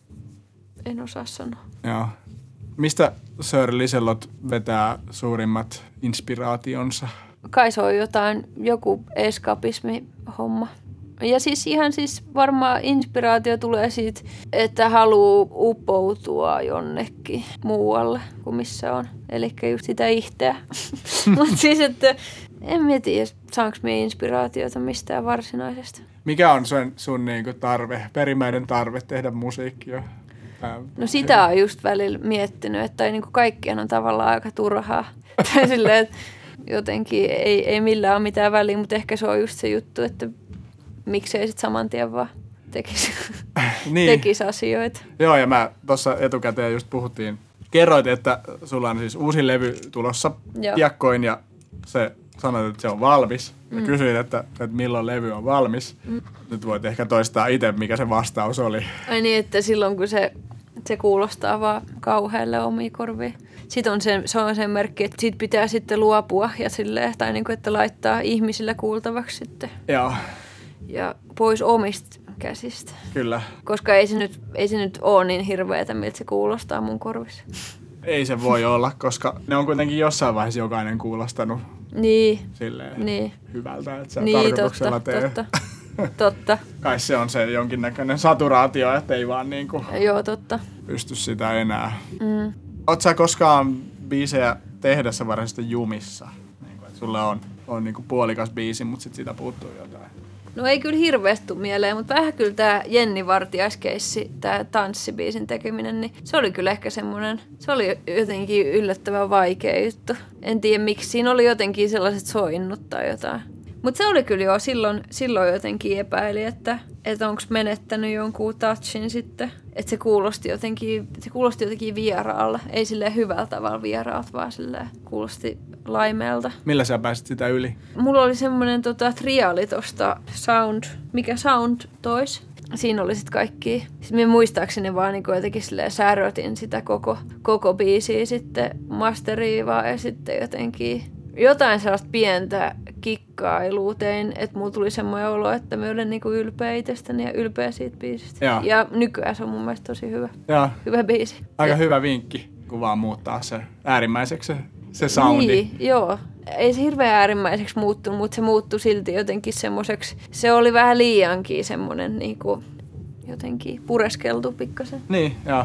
En osaa sanoa. Joo. Mistä Sir Liselot vetää suurimmat inspiraationsa? Kai se on jotain, joku eskapismi-homma. Ja siis ihan siis varmaan inspiraatio tulee siitä, että haluaa uppoutua jonnekin muualle kuin missä on. Eli just sitä ihteä. Mutta siis, että en mä tiedä, saanko me inspiraatiota mistään varsinaisesta. Mikä on sun, sun niinku tarve, perimmäinen tarve tehdä musiikkia? No sitä on just välillä miettinyt, että niinku kaikkien on tavallaan aika turhaa. Tai silleen, että jotenkin ei, ei millään ole mitään väliä, mutta ehkä se on just se juttu, että miksei sitten saman tien vaan tekisi, niin. tekisi asioita. Joo, ja mä tuossa etukäteen just puhuttiin. Kerroit, että sulla on siis uusi levy tulossa Joo. piakkoin ja se sanoit, että se on valmis. Mm. Kysyin, että, että milloin levy on valmis. Mm. Nyt voit ehkä toistaa itse, mikä se vastaus oli. Ai niin, että silloin kun se, se kuulostaa vaan kauhealle omiin korviin. Sitten on se, se on sen merkki, että siitä pitää sitten luopua ja silleen, tai niin kuin, että laittaa ihmisille kuultavaksi sitten. Joo. Ja pois omista käsistä. Kyllä. Koska ei se nyt, ei se nyt ole niin hirveätä, miltä se kuulostaa mun korvissa. Ei se voi olla, koska ne on kuitenkin jossain vaiheessa jokainen kuulostanut niin. silleen niin. hyvältä, että sä niin, tarkoituksella totta, tee. Totta. Totta. Kai se on se jonkinnäköinen saturaatio, että ei vaan niinku Joo, totta. pysty sitä enää. Mm. Oot sä koskaan biisejä tehdessä varsinaisesti jumissa? Niin kuin, että sulla on, on niinku puolikas biisi, mutta sit siitä puuttuu jotain. No ei kyllä hirveästi tule mieleen, mutta vähän kyllä tämä Jenni Vartiais-keissi, tämä tanssibiisin tekeminen, niin se oli kyllä ehkä semmoinen, se oli jotenkin yllättävän vaikea juttu. En tiedä miksi, siinä oli jotenkin sellaiset soinnut tai jotain. Mutta se oli kyllä jo silloin, silloin jotenkin epäili, että, että onko menettänyt jonkun touchin sitten. Että se kuulosti jotenkin, se kuulosti jotenkin vieraalta. Ei silleen hyvällä tavalla vieraalta, vaan silleen kuulosti laimeelta. Millä sä pääsit sitä yli? Mulla oli semmoinen tota, triaali tosta Sound, mikä Sound tois. Siinä oli sitten kaikki. Sitten minä muistaakseni vaan niin jotenkin silleen särötin sitä koko, koko biisiä sitten masteriin vaan ja sitten jotenkin jotain sellaista pientä kikkailua tein, että mulla tuli semmoinen olo, että mä olen niinku ylpeä itsestäni ja ylpeä siitä biisistä. Joo. Ja nykyään se on mun mielestä tosi hyvä. Joo. Hyvä biisi. Aika ja. hyvä vinkki, kun vaan muuttaa se äärimmäiseksi se, se soundi. Niin, joo. Ei se hirveän äärimmäiseksi muuttunut, mutta se muuttui silti jotenkin semmoiseksi. Se oli vähän liiankin semmoinen niinku jotenkin pureskeltu pikkasen. Niin, joo.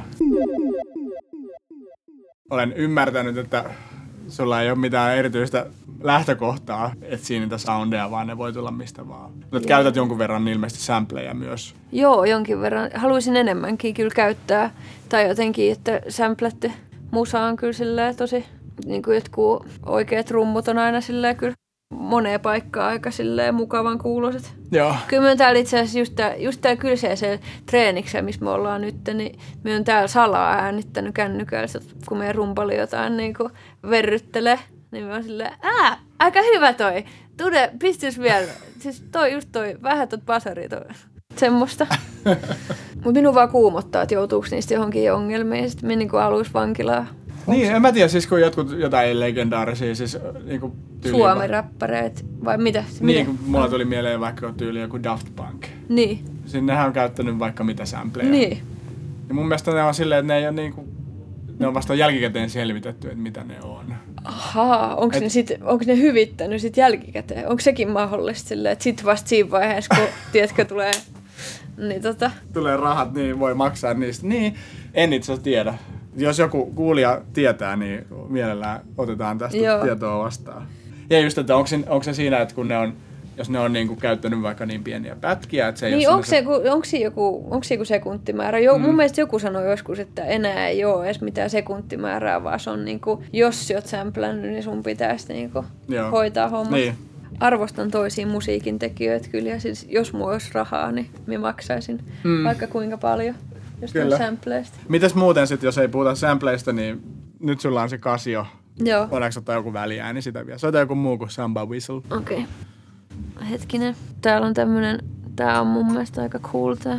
Olen ymmärtänyt, että sulla ei ole mitään erityistä lähtökohtaa etsiä niitä soundeja, vaan ne voi tulla mistä vaan. Mutta käytät jonkun verran ilmeisesti sampleja myös. Joo, jonkin verran. Haluaisin enemmänkin kyllä käyttää. Tai jotenkin, että sampletty musa on kyllä silleen tosi, niin kuin jotkut oikeat rummut on aina silleen kyllä moneen paikkaan aika silleen mukavan kuuloiset. Joo. Kyllä me täällä itse asiassa just tää, just tää kyseisen treeniksen, missä me ollaan nyt, niin me on täällä salaa äänittänyt kännykällä, kun meidän rumpali jotain niin kuin verryttelee, niin me on silleen, ää, aika hyvä toi, tule, pistys vielä, siis toi just toi, vähän tot basaria toi, semmoista. Mut minun vaan kuumottaa, että joutuuko niistä johonkin ongelmiin, sitten me niinku aluisi vankilaan. Niin, en mä tiedä, siis kun jotkut jotain legendaarisia, siis niinku tyyliin... Suomi-räppäreet, vai mitä? Niin, mitä? kun mulla tuli mieleen vaikka tyyli joku Daft Punk. Niin. Sinnehän on käyttänyt vaikka mitä sampleja. Niin. Ja mun mielestä ne on silleen, että ne ei ole niinku... Ne on vasta jälkikäteen selvitetty, että mitä ne on. Ahaa, onko Et... ne, sit, ne hyvittänyt sit jälkikäteen? Onko sekin mahdollista silleen, että sit vasta siinä vaiheessa, kun tiedätkö, tulee... Niin tota... Tulee rahat, niin voi maksaa niistä. Niin, en itse asiassa tiedä. Jos joku kuulija tietää, niin mielellään otetaan tästä Joo. tietoa vastaan. Ja just, että onko se, onko se siinä, että kun ne on, jos ne on niinku käyttänyt vaikka niin pieniä pätkiä, että se ei niin ole onko se, se... onko se joku, onko se joku sekuntimäärä? Jo, mm. Mun mielestä joku sanoi joskus, että enää ei ole edes mitään sekuntimäärää, vaan se on niinku, jos sä oot sämplännyt, niin sun pitäisi niinku hoitaa hommat. Niin. Arvostan toisia musiikin tekijöitä kyllä, ja siis jos mulla olisi rahaa, niin mä maksaisin mm. vaikka kuinka paljon jostain sampleista. Mites muuten sitten, jos ei puhuta sampleista, niin nyt sulla on se Casio. Joo. Voidaanko ottaa joku väliääni sitä vielä? Soita joku muu kuin Samba Whistle. Okei. Okay. Hetkinen. Täällä on tämmönen, tää on mun mielestä aika cool tää.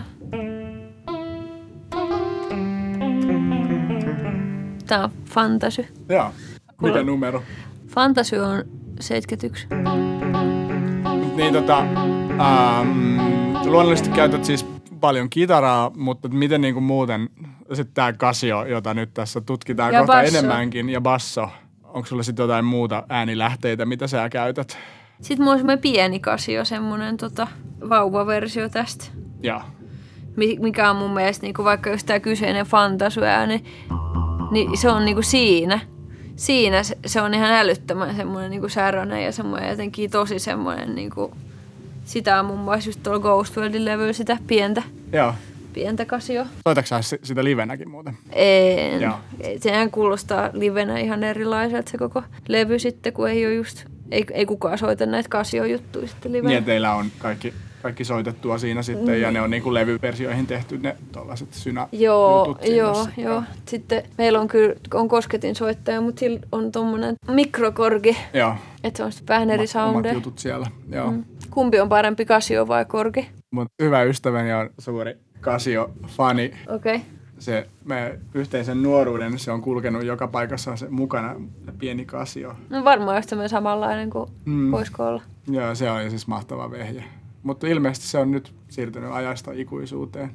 Tää on Fantasy. Joo. Mikä cool. numero? Fantasy on seitsemänkymmentäyksi. Niin tota, ähm, luonnollisesti käytät siis paljon kitaraa, mutta miten niinku muuten sitten tää Casio, jota nyt tässä tutkitaan ja kohta basso. enemmänkin, ja basso. Onko sulla sitten jotain muuta äänilähteitä, mitä sä käytät? Sitten mulla on semmoinen pieni Casio, semmoinen tota, vauvaversio tästä. Joo. Mikä on mun mielestä niinku, vaikka just tää kyseinen Fantasy-ääni, niin se on niinku siinä. Siinä se, se on ihan älyttömän semmoinen niinku särönen ja semmoinen jotenkin tosi semmoinen niinku, sitä on muun muassa just tuolla Ghost Worldin levyllä sitä pientä. Joo. Pientä Casio. Soitatko sä sitä livenäkin muuten? En. Joo. Sehän kuulostaa livenä ihan erilaiselta se koko levy sitten, kun ei ole just, ei, ei kukaan soita näitä Casio-juttuja sitten livenä. Niin, teillä on kaikki, kaikki soitettua siinä sitten mm. ja ne on niinku levyversioihin tehty ne tollaiset synä-jutut. Joo, joo, joo. Sitten meillä on kyllä, on kosketin soittaja, mutta sillä on tommonen mikrokorgi. Joo. Että se on sitten vähän eri soundeja. Omat jutut siellä, joo. Mm. Kumpi on parempi, Casio vai korgi? Mun hyvä ystäväni on suuri Casio-fani. Okei. Okay. Se meidän yhteisen nuoruuden, se on kulkenut joka paikassa se mukana pieni Casio. No varmaan just semmoinen samanlainen kuin mm. voisiko olla. Joo, se on siis mahtava vehje. Mutta ilmeisesti se on nyt siirtynyt ajasta ikuisuuteen.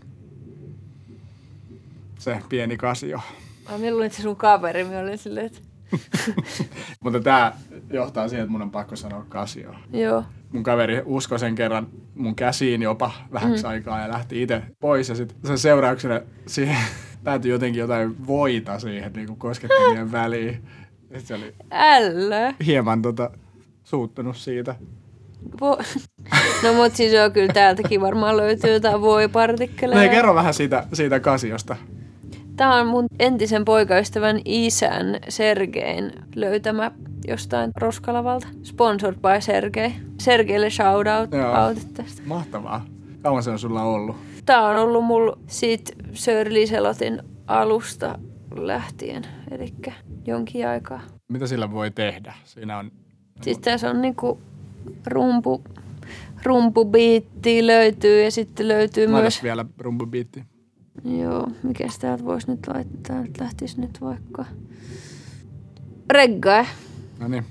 Se pieni Casio. Ai, minä luulin, että se sun kaveri, minä olin silleen, että... Mutta tää johtaa siihen, että mun on pakko sanoa Casio. Joo. Mun kaveri uskoi sen kerran mun käsiin jopa vähäksi mm. aikaa ja lähti itse pois. Ja sitten sen seurauksena siihen päätyi jotenkin jotain voita siihen niin koskettimien väliin. Et se oli Älä. hieman tota, suuttunut siitä. Vo- no mut siis on kyllä täältäkin varmaan löytyy jotain voipartikkeleja. No ei, kerro vähän siitä, siitä kasiosta. Tää on mun entisen poikaystävän isän Sergein löytämä jostain roskalavalta. Sponsored by Sergei. Sergeille shoutout out tästä. Mahtavaa. Kauan se on sulla ollut? Tää on ollut mulla siitä Sir Liselotin alusta lähtien, eli jonkin aikaa. Mitä sillä voi tehdä? Siinä on... Siis tässä on niinku rumpu, rumpubiitti löytyy ja sitten löytyy Laitas myös... vielä rumpubiitti. Joo, mikäs täältä voisi nyt laittaa? Nyt lähtisi nyt vaikka... Reggae. No niin.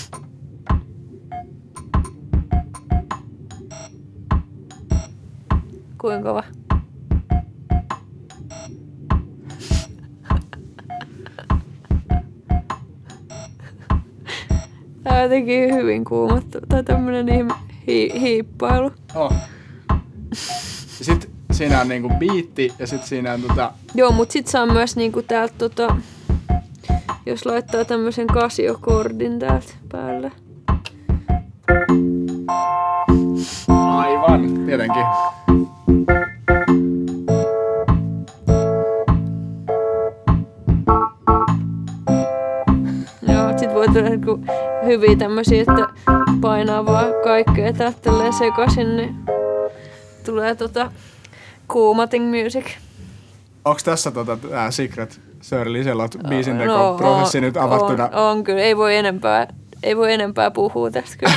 Kuinka kova? Tää on jotenkin hyvin kuumattu. Tai tämmönen ihme hi- hiippailu. Oh. Ja sit siinä on niinku biitti ja sit siinä on tota... Joo, mut sit saa myös niinku täältä tota... Jos laittaa tämmösen kasiokordin täältä päälle. Aivan, tietenkin. Joo, sit voi tulla niinku hyviä tämmösiä, että painaa vaan kaikkea täältä tälleen sekasin, niin tulee tota kuumating music. Onks tässä tota tää Secret Sir Liselot biisin teko prosessi on, nyt avattuna? On, on kyllä, ei voi enempää, ei voi enempää puhua tästä kyllä.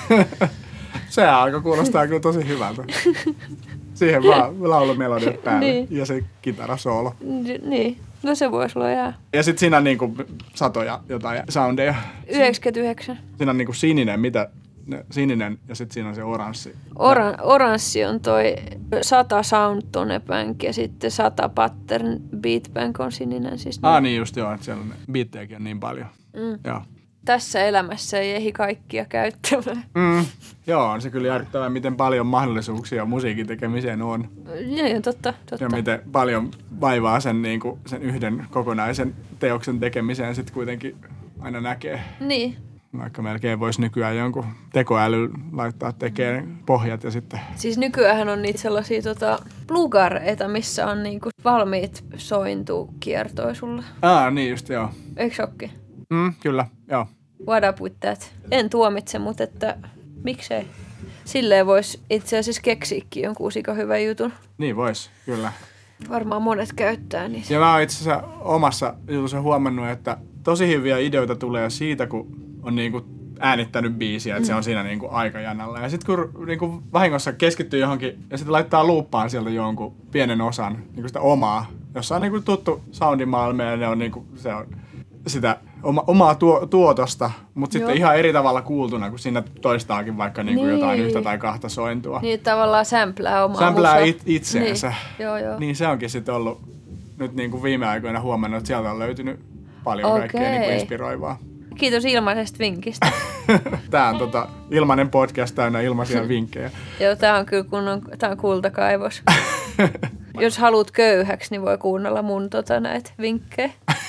Se alkoi kuulostaa kyllä tosi hyvältä. Siihen vaan laulumelodiat päälle Niin. ja se kitarasoolo. N- niin, no se voisi olla ihan. Ja sit siinä on niinku satoja jotain soundeja. yhdeksänkymmentäyhdeksän. Siinä on niinku sininen, mitä? Ne, sininen ja sit siinä on se oranssi. Oran, oranssi on toi sata sound tone bank ja sitten sata pattern beat bank on sininen. Siis Ah niin just joo, että siellä on ne biittejäkin on niin paljon. Mm. Joo. Tässä elämässä ei ehdi kaikkia käyttämään. Mm. Joo, on se kyllä järkyttävää, miten paljon mahdollisuuksia musiikin tekemiseen on. Joo, joo, totta, totta. Ja miten paljon vaivaa sen, niin kuin, sen yhden kokonaisen teoksen tekemiseen sitten kuitenkin aina näkee. Niin. Vaikka melkein voisi nykyään jonkun tekoäly laittaa tekemään pohjat ja sitten... Siis nykyään on niitä sellaisia tota, plugareita, missä on niinku valmiit sointukiertoja sulla. Aa, niin just joo. Eikö okki? Mm, kyllä, joo. What up with that? En tuomitse, mutta että miksei? Silleen voisi itse asiassa keksiäkin jonkun sika hyvän jutun. Niin vois, kyllä. Varmaan monet käyttää niitä. Ja mä oon itse asiassa omassa jutussa huomannut, että tosi hyviä ideoita tulee siitä, kun on niinku äänittänyt biisiä, että mm. se on siinä niinku aikajanalla. Ja sitten kun niinku vahingossa keskittyy johonkin ja sitten laittaa luuppaan sieltä jonkun pienen osan, niinku sitä omaa, jossa on niinku tuttu soundimaailma ja ne on niinku, se on sitä oma, omaa tuo, tuotosta, mutta sitten ihan eri tavalla kuultuna, kun siinä toistaakin vaikka niinku niin. jotain yhtä tai kahta sointua. Niin tavallaan sämplää omaa Sämplää it, itseensä. Niin. Joo, joo. Niin se onkin sitten ollut nyt niinku viime aikoina huomannut, että sieltä on löytynyt paljon Okei. kaikkea niinku inspiroivaa. Kiitos ilmaisesta vinkistä. Tää on tota, ilmainen podcast täynnä ilmaisia vinkkejä. Joo, tää on kyllä kunnon, tää on kultakaivos. Jos haluat köyhäksi, niin voi kuunnella mun tota näitä vinkkejä.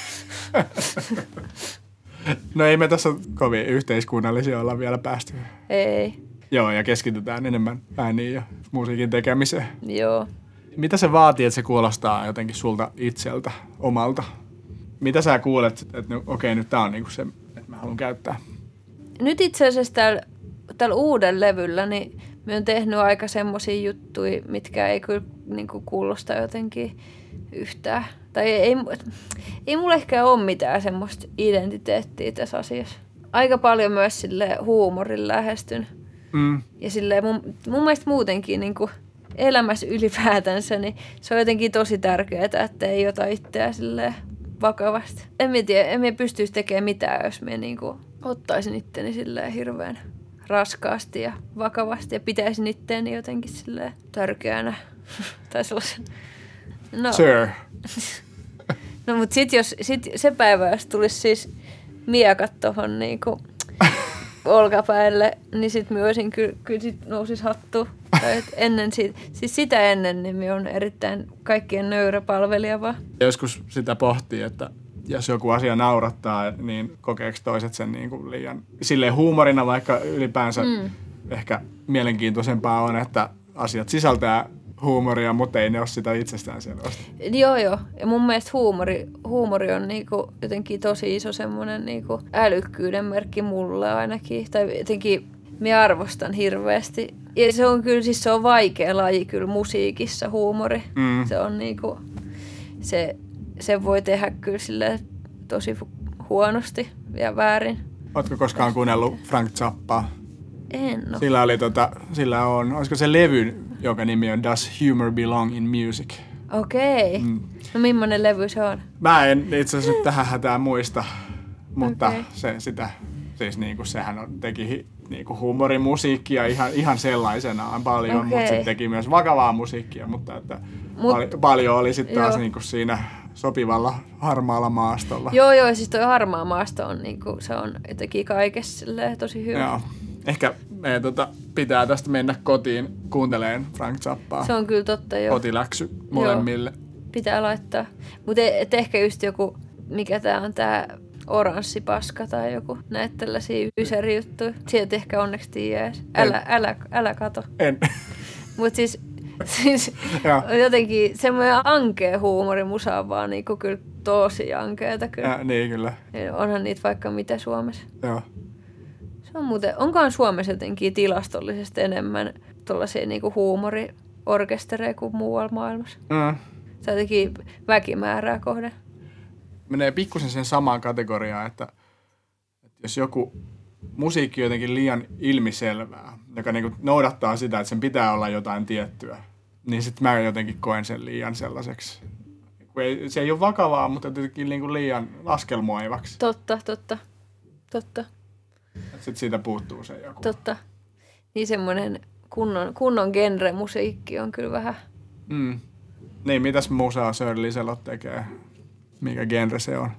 No ei me tässä kovin yhteiskunnallisia olla vielä päästy. Ei. Joo, ja keskitytään enemmän ääniin ja musiikin tekemiseen. Joo. Mitä se vaatii, että se kuulostaa jotenkin sulta itseltä, omalta? Mitä sä kuulet, että no, okei, nyt tää on niinku se, että mä haluan käyttää? Nyt itse asiassa tällä, tällä uudella levyllä, niin mä oon tehnyt aika semmosia juttuja, mitkä ei kyllä niin kuin kuulosta jotenkin yhtään. Tai ei, ei, ei mulla ehkä ole mitään semmoista identiteettiä tässä asiassa. Aika paljon myös sille huumorin lähestyn. Mm. Ja silleen mun, mun mielestä muutenkin niin kuin elämässä ylipäätänsä, niin se on jotenkin tosi tärkeää, että ei ota itseään silleen vakavasti. En mä tiedä, en mä pystyisi tekemään mitään, jos mä niin kuin ottaisin itteni silleen hirveän raskaasti ja vakavasti ja pitäisin itteeni jotenkin silleen tärkeänä. Tai sellaisen. No. Sir. No mut sit jos sit se päivä, jos tulisi siis miekat tohon niinku olkapäille, niin sit mä olisin kyllä, kyllä sit nousis hattu. Tai et ennen sit, siis sitä ennen niin mä oon erittäin kaikkien nöyrä palvelija vaan. Joskus sitä pohtii, että jos joku asia naurattaa, niin kokeeko toiset sen niin kuin liian silleen huumorina, vaikka ylipäänsä mm. ehkä mielenkiintoisempaa on, että asiat sisältää huumoria, mutta ei ne ole sitä itsestään selvästi. Joo, joo. Ja mun mielestä huumori, huumori on niinku jotenkin tosi iso semmoinen niinku älykkyyden merkki mulle ainakin. Tai jotenkin minä arvostan hirveästi. Ja se on kyllä, siis se on vaikea laji kyllä musiikissa, huumori. Mm. Se on niinku, se, se voi tehdä kyllä silleen tosi huonosti ja väärin. Ootko koskaan kuunnellut Frank Zappaa? En ole. Sillä oli tota, sillä on, olisiko se levy, joka nimi on Does Humor Belong in Music? Okei. Okay. Mm. No millainen levy se on? Mä en itse asiassa nyt tähän hätään muista, mutta Okay. se, sitä, siis niinku, sehän on, teki niinku huumorimusiikkia ihan, ihan sellaisenaan paljon, Okay. mutta sitten teki myös vakavaa musiikkia, mutta että Mut, pal- paljon oli sitten taas joo. niinku siinä sopivalla harmaalla maastolla. Joo, joo, siis toi harmaa maasto on, niinku, se on jotenkin kaikessa silleen, tosi hyvä. Joo. Ehkä meidän tota, pitää tästä mennä kotiin kuunteleen Frank Zappaa. Se on kyllä totta, joo. Kotiläksy molemmille. Joo. Pitää laittaa. Mutta et ehkä just joku, mikä tää on tää oranssipaska tai joku, näitä tällaisia ysärijuttuja. Sieltä ehkä onneksi tiedä edes. Älä, älä, älä kato. En. Mut siis, siis jotenkin semmoinen ankea huumori musa on vaan niinku kyllä tosi ankeeta kyllä. Ja, niin kyllä. Onhan niitä vaikka mitä Suomessa. Joo. Se on muuten, onkohan Suomessa jotenkin tilastollisesti enemmän tuollaisia niinku huumoriorkestereja kuin muualla maailmassa? Mm. Se on jotenkin väkimäärää kohden. Menee pikkusen sen samaan kategoriaan, että, että jos joku musiikki on jotenkin liian ilmiselvää, joka niinku noudattaa sitä, että sen pitää olla jotain tiettyä, niin sitten mä jotenkin koen sen liian sellaiseksi. Ei, se ei ole vakavaa, mutta jotenkin niinku liian laskelmoivaksi. Totta, totta, totta, Sitten siitä puuttuu se joku. totta. Niin semmoinen kunnon, kunnon genre-musiikki on kyllä vähän. Mm. Niin, mitäs musaa Sir Liselot tekee? Mikä genre se on?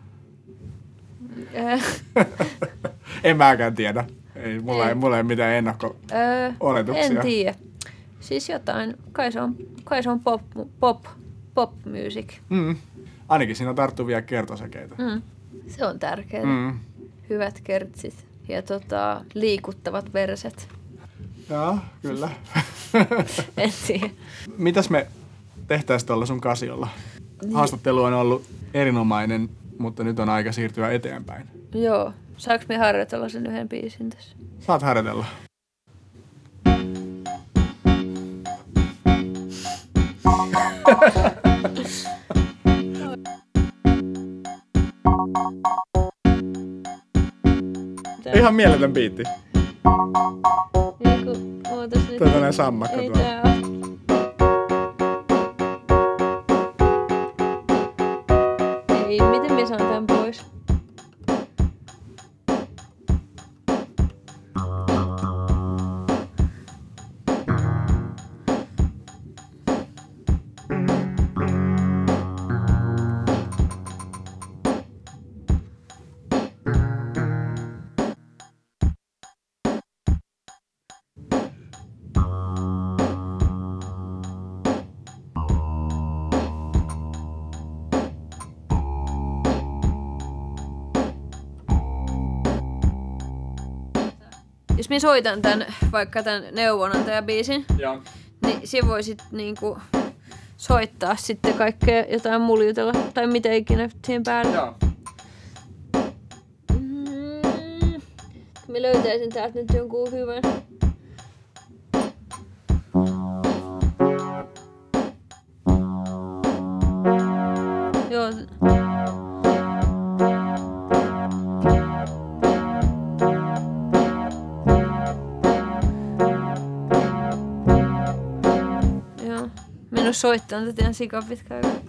Öö, En mäkään tiedä. Ei, mulla, ei. Ei, mulla ei mitään ennakko-oletuksia. öö, en tiedä. Siis jotain, kai se on, kai se on pop, pop, pop music. Mm. Ainakin siinä on tarttuvia kertosäkeitä. Mm. Se on tärkeää. Mm. Hyvät kertsit ja tota, liikuttavat verset. Joo, kyllä. En tiedä. Mitäs me tehtäisiin tuolla sun kasiolla? Haastattelu on ollut erinomainen, mutta nyt on aika siirtyä eteenpäin. Joo. Saanko me harjoitella sen yhden biisin tässä? Saat harjoitella. Ihan mieletön biitti. Niin kuin, ootas nyt. Tuo on sammakko Ei tuolla. tää oo. Ei, miten mä saan tän pois? Jos mä soitan tän, vaikka tän neuvonantajabiisin, Joo. niin siinä voisit niinku soittaa sitten kaikkea jotain muljutella tai mitä ikinä siihen päälle. Joo. Mm, mä löytäisin täältä nyt jonkun hyvän. Joo. Joo. Mä en oo soittanut tätä ihan sikan pitkään aikaa.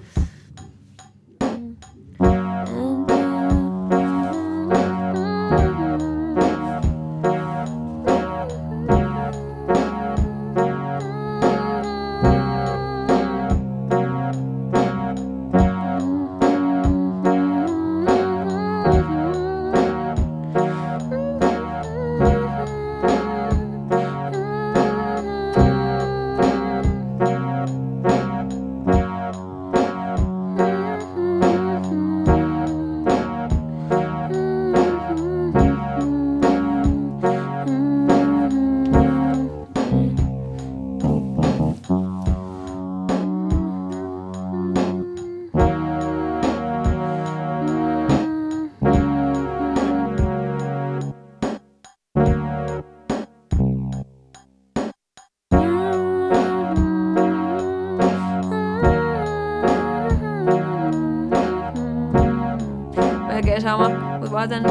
Mut vaan tänne.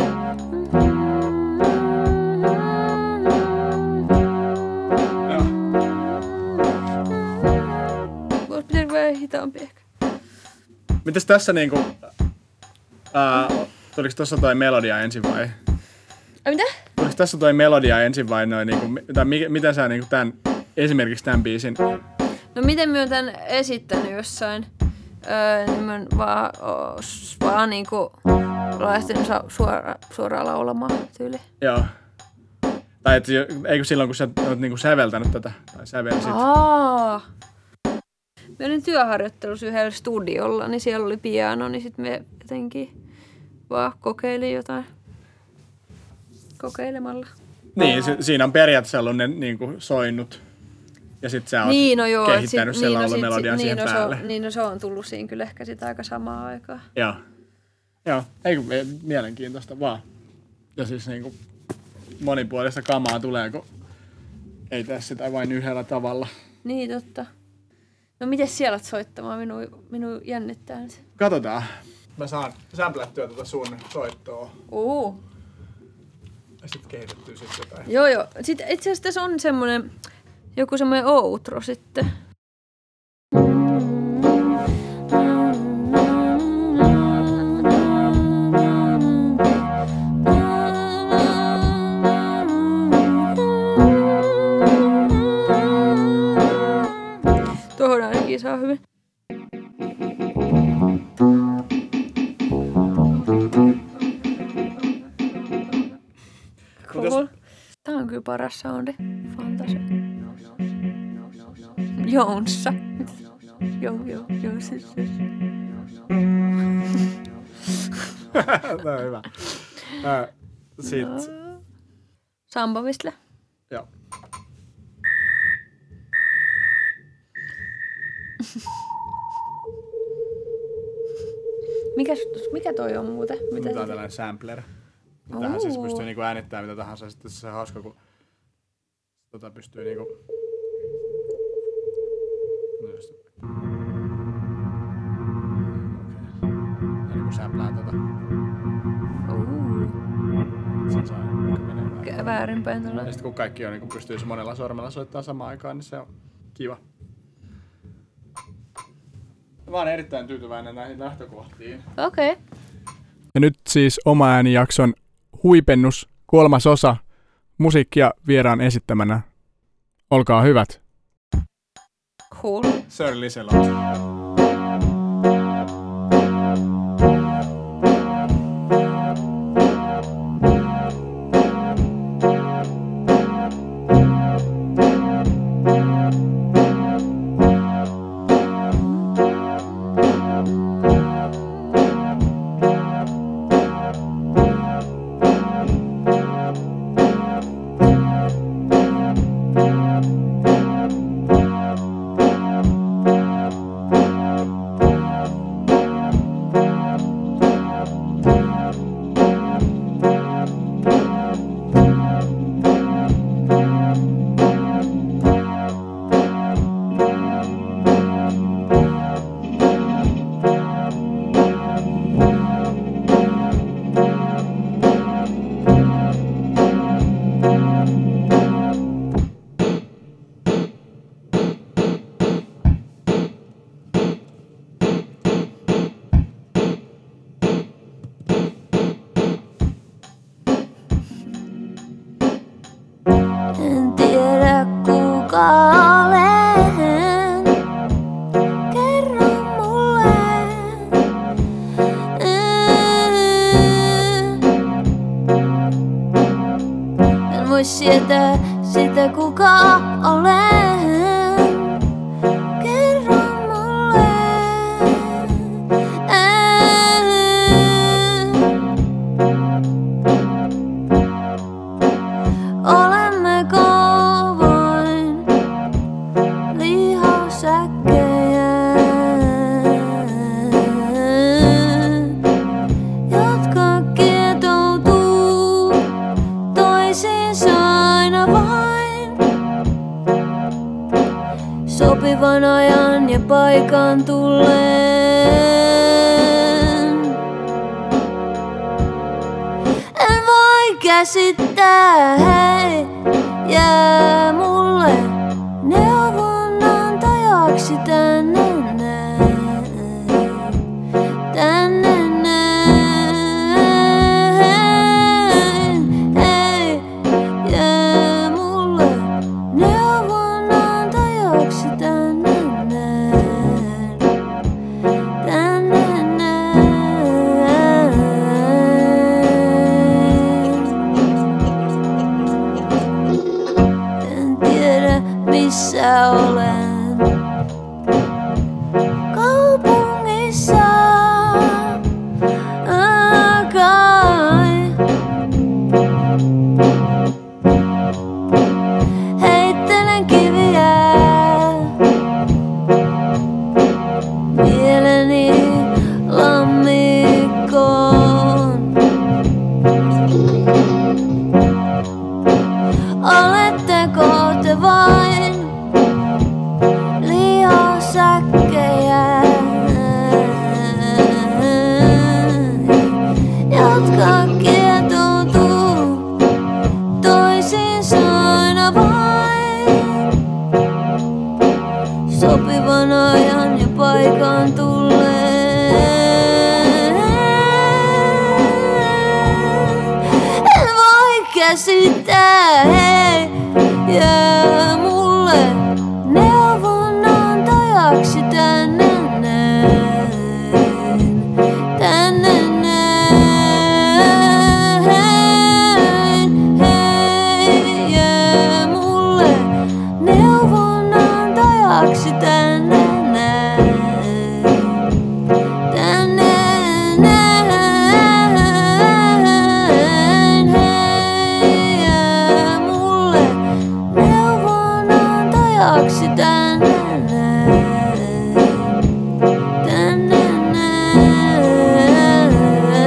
Joo. Vois pitäisi vähän hitaampi ehkä. Mites tässä niinku... Ää, tuliko tossa toi melodia ensin vai? Ai mitä? Tuliko tässä toi melodia ensin vai noin niinku... Tai mi, miten sä niinku tän... Esimerkiksi tän biisin... No miten mä oon tän esittänyt jossain? Öö, niin mä oon vaan, oos, vaan niinku lähtenyt suora, suoraan laulamaan tyyli. Joo. Tai et, eikö silloin kun sä oot niinku säveltänyt tätä? Tai sävelsit? Aa. Mä olin työharjoittelussa yhdellä studiolla, niin siellä oli piano, niin sit me jotenkin vaan kokeilin jotain kokeilemalla. Niin, si- siinä on periaatteessa ollut ne niinku soinnut. Ja sit sä oot niin, no joo, kehittänyt sit, sen niin, no laulumelodian sit, siihen niin, no päälle. Se on, niin, no se on tullut siinä kyllä ehkä sit aika samaan aikaan. Joo. Joo, eikö mielenkiintoista vaan. Ja siis niinku monipuolista kamaa tulee, kun ei tee sitä vain yhdellä tavalla. Niin, totta. No miten siellä oot soittamaan? Minun, minun jännittää nyt. Katsotaan. Mä saan sämplättyä tuota sun soittoa. Uu. Ja sit kehitettyä sit jotain. Joo, joo. Sitten itse asiassa tässä on semmonen, joku semmoinen outro sitten. Tuohon ainakin saa hyvin. Cool. Tää on kyllä paras soundi. Fantasia. Jounssa. Joo, joo, joo, siis, siis. Tää on hyvä. Äh, sit. Samba vistle. Joo. Mikäs, mikä toi on muuten? Mitä Tää on se... tällainen sampler. Tähän siis pystyy niinku äänittämään mitä tahansa. Sitten se on hauska, kun tota pystyy niinku... No just... Okei. Ja niinku samplaa tota. Sen saa menee väärin. Väärinpäin tulla. Ja sit kun kaikki on, niinku pystyy monella sormella soittamaan samaan aikaan, niin se on kiva. Mä oon erittäin tyytyväinen näihin lähtökohtiin. Okei. Okay. Ja nyt siis oma äänijakson huipennus, kolmas osa, musiikkia vieraan esittämänä. Olkaa hyvät. Cool. Sir Liselot. En tiedä kuka olen, kerro mulle. En voi sietää sitä kuka olen, kerro mulle. Olemmeko vain lihasäkkejä, jotka kietoutuu toisiinsa aina vain sopivan ajan ja paikan tulleen. käsittää, hei, jää mulle neuvonantajaksi tänne näin, tänne näin, hei, jää mulle neuvonantajaksi tänne näin, tänne näin. En tiedä missä olen. Kaupungissa kai heittelen kiviä mieleni lammikkoon. Oletteko te vain lihasäkkejä, jotka kietoutuu toisiinsa aina vain sopivan ajan ja paikan tulleen? En voi käsittää, hei, jää mulle neuvonantajaksi tänne näin, tänne näin, hei, jää mulle neuvonantajaksi tänne näin, tänne näin, hei, jää mulle neuvonantajaksi tänne näin, tänne näin.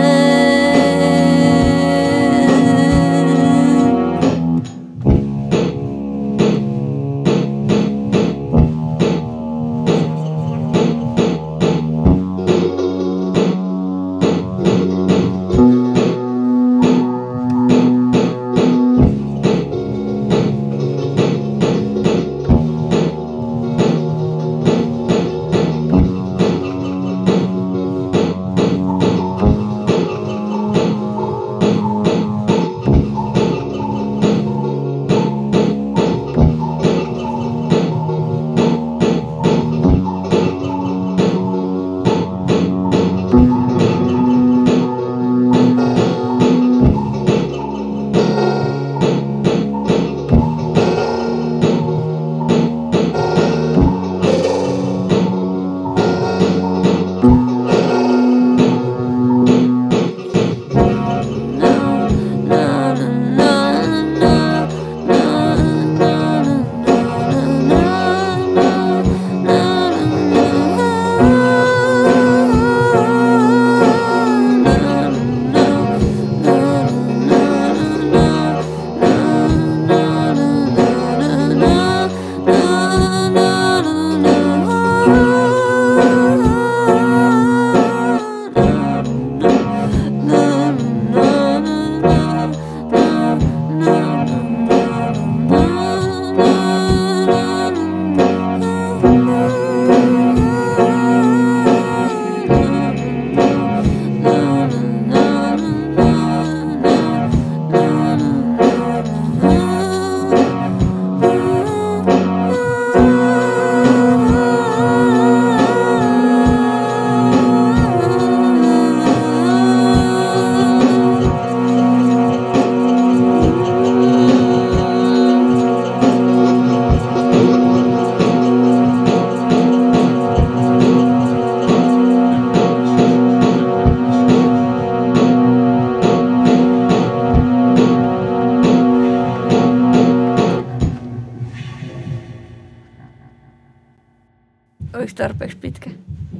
Oliko tarpeeksi pitkä?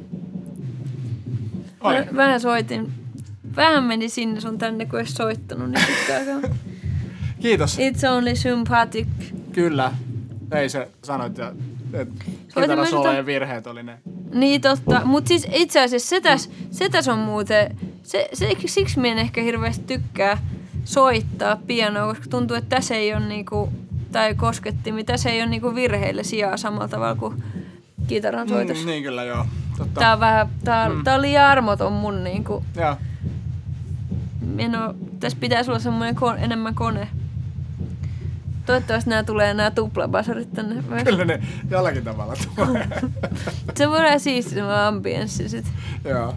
Mä, vähän soitin. Vähän meni sinne sun tänne, kun edes soittanut niin pitkään. Kiitos. It's only sympathetic. Kyllä. Ei se sanoit, että kitarasolojen virheet oli ne. Niin totta. Mut siis itse asiassa setäs, setäs on muuten, se, se, siksi minä en ehkä hirveästi tykkää soittaa pianoa, koska tuntuu, että tässä ei ole niinku, tai koskettimia, tässä ei ole niinku virheille sijaa samalla tavalla kuin kitaran soitos. Mm, niin kyllä, joo. Totta. Tää on vähän, tää on, Mm. tää on liian armoton mun niinku. Joo. No, tässä pitäisi olla semmoinen ko- enemmän kone. Toivottavasti nämä tulee nämä tuplabasarit tänne. Kyllä ne jollakin tavalla tulee. Se voidaan siistiä semmoinen ambienssi sit. Joo.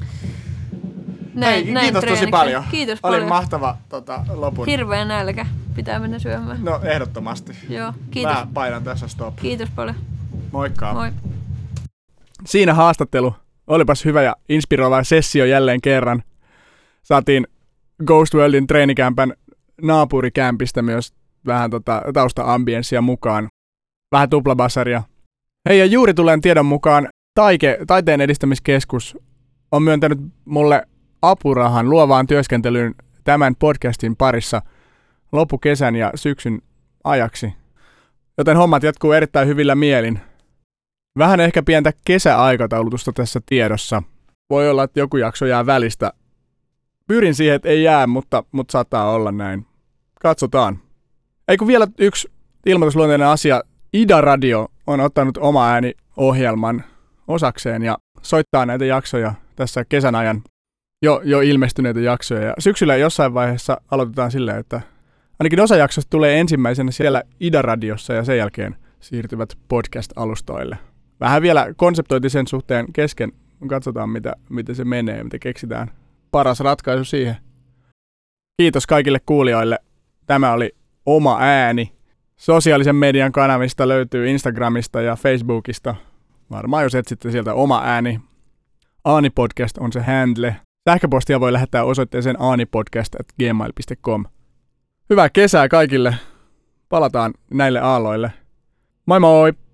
Näin, Hei, näin kiitos tosi treeniksi. paljon. Kiitos Oli paljon. mahtava tota, lopun. Hirveä nälkä. Pitää mennä syömään. No ehdottomasti. Joo, kiitos. Mä painan tässä stop. Kiitos paljon. Moikka. Moi. Siinä haastattelu. Olipas hyvä ja inspiroiva sessio jälleen kerran. Saatiin Ghost Worldin treenikämpän naapurikämpistä myös vähän tota tausta-ambienssia mukaan. Vähän tuplabassaria. Hei, ja juuri tulen tiedon mukaan Taike, Taiteen edistämiskeskus on myöntänyt mulle apurahan luovaan työskentelyyn tämän podcastin parissa loppukesän ja syksyn ajaksi. Joten hommat jatkuu erittäin hyvillä mielin. Vähän ehkä pientä kesäaikataulutusta tässä tiedossa. Voi olla, että joku jakso jää välistä. Pyrin siihen, että ei jää, mutta, mutta saattaa olla näin. Katsotaan. Eikö vielä yksi ilmoitusluonteinen asia. Ida Radio on ottanut oma ääniohjelman osakseen ja soittaa näitä jaksoja tässä kesän ajan. Jo, jo ilmestyneitä jaksoja. Ja syksyllä jossain vaiheessa aloitetaan silleen, että ainakin osa jaksosta tulee ensimmäisenä siellä Ida Radiossa ja sen jälkeen siirtyvät podcast-alustoille. Vähän vielä konseptoitiin sen suhteen kesken. Katsotaan, mitä, miten se menee, mitä keksitään. Paras ratkaisu siihen. Kiitos kaikille kuulijoille. Tämä oli Oma ääni. Sosiaalisen median kanavista löytyy Instagramista ja Facebookista. Varmaan jos etsitte sieltä Oma ääni. Aanipodcast on se handle. Sähköpostia voi lähettää osoitteeseen aanipodcast at gmail piste com. Hyvää kesää kaikille. Palataan näille aalloille. Moi moi!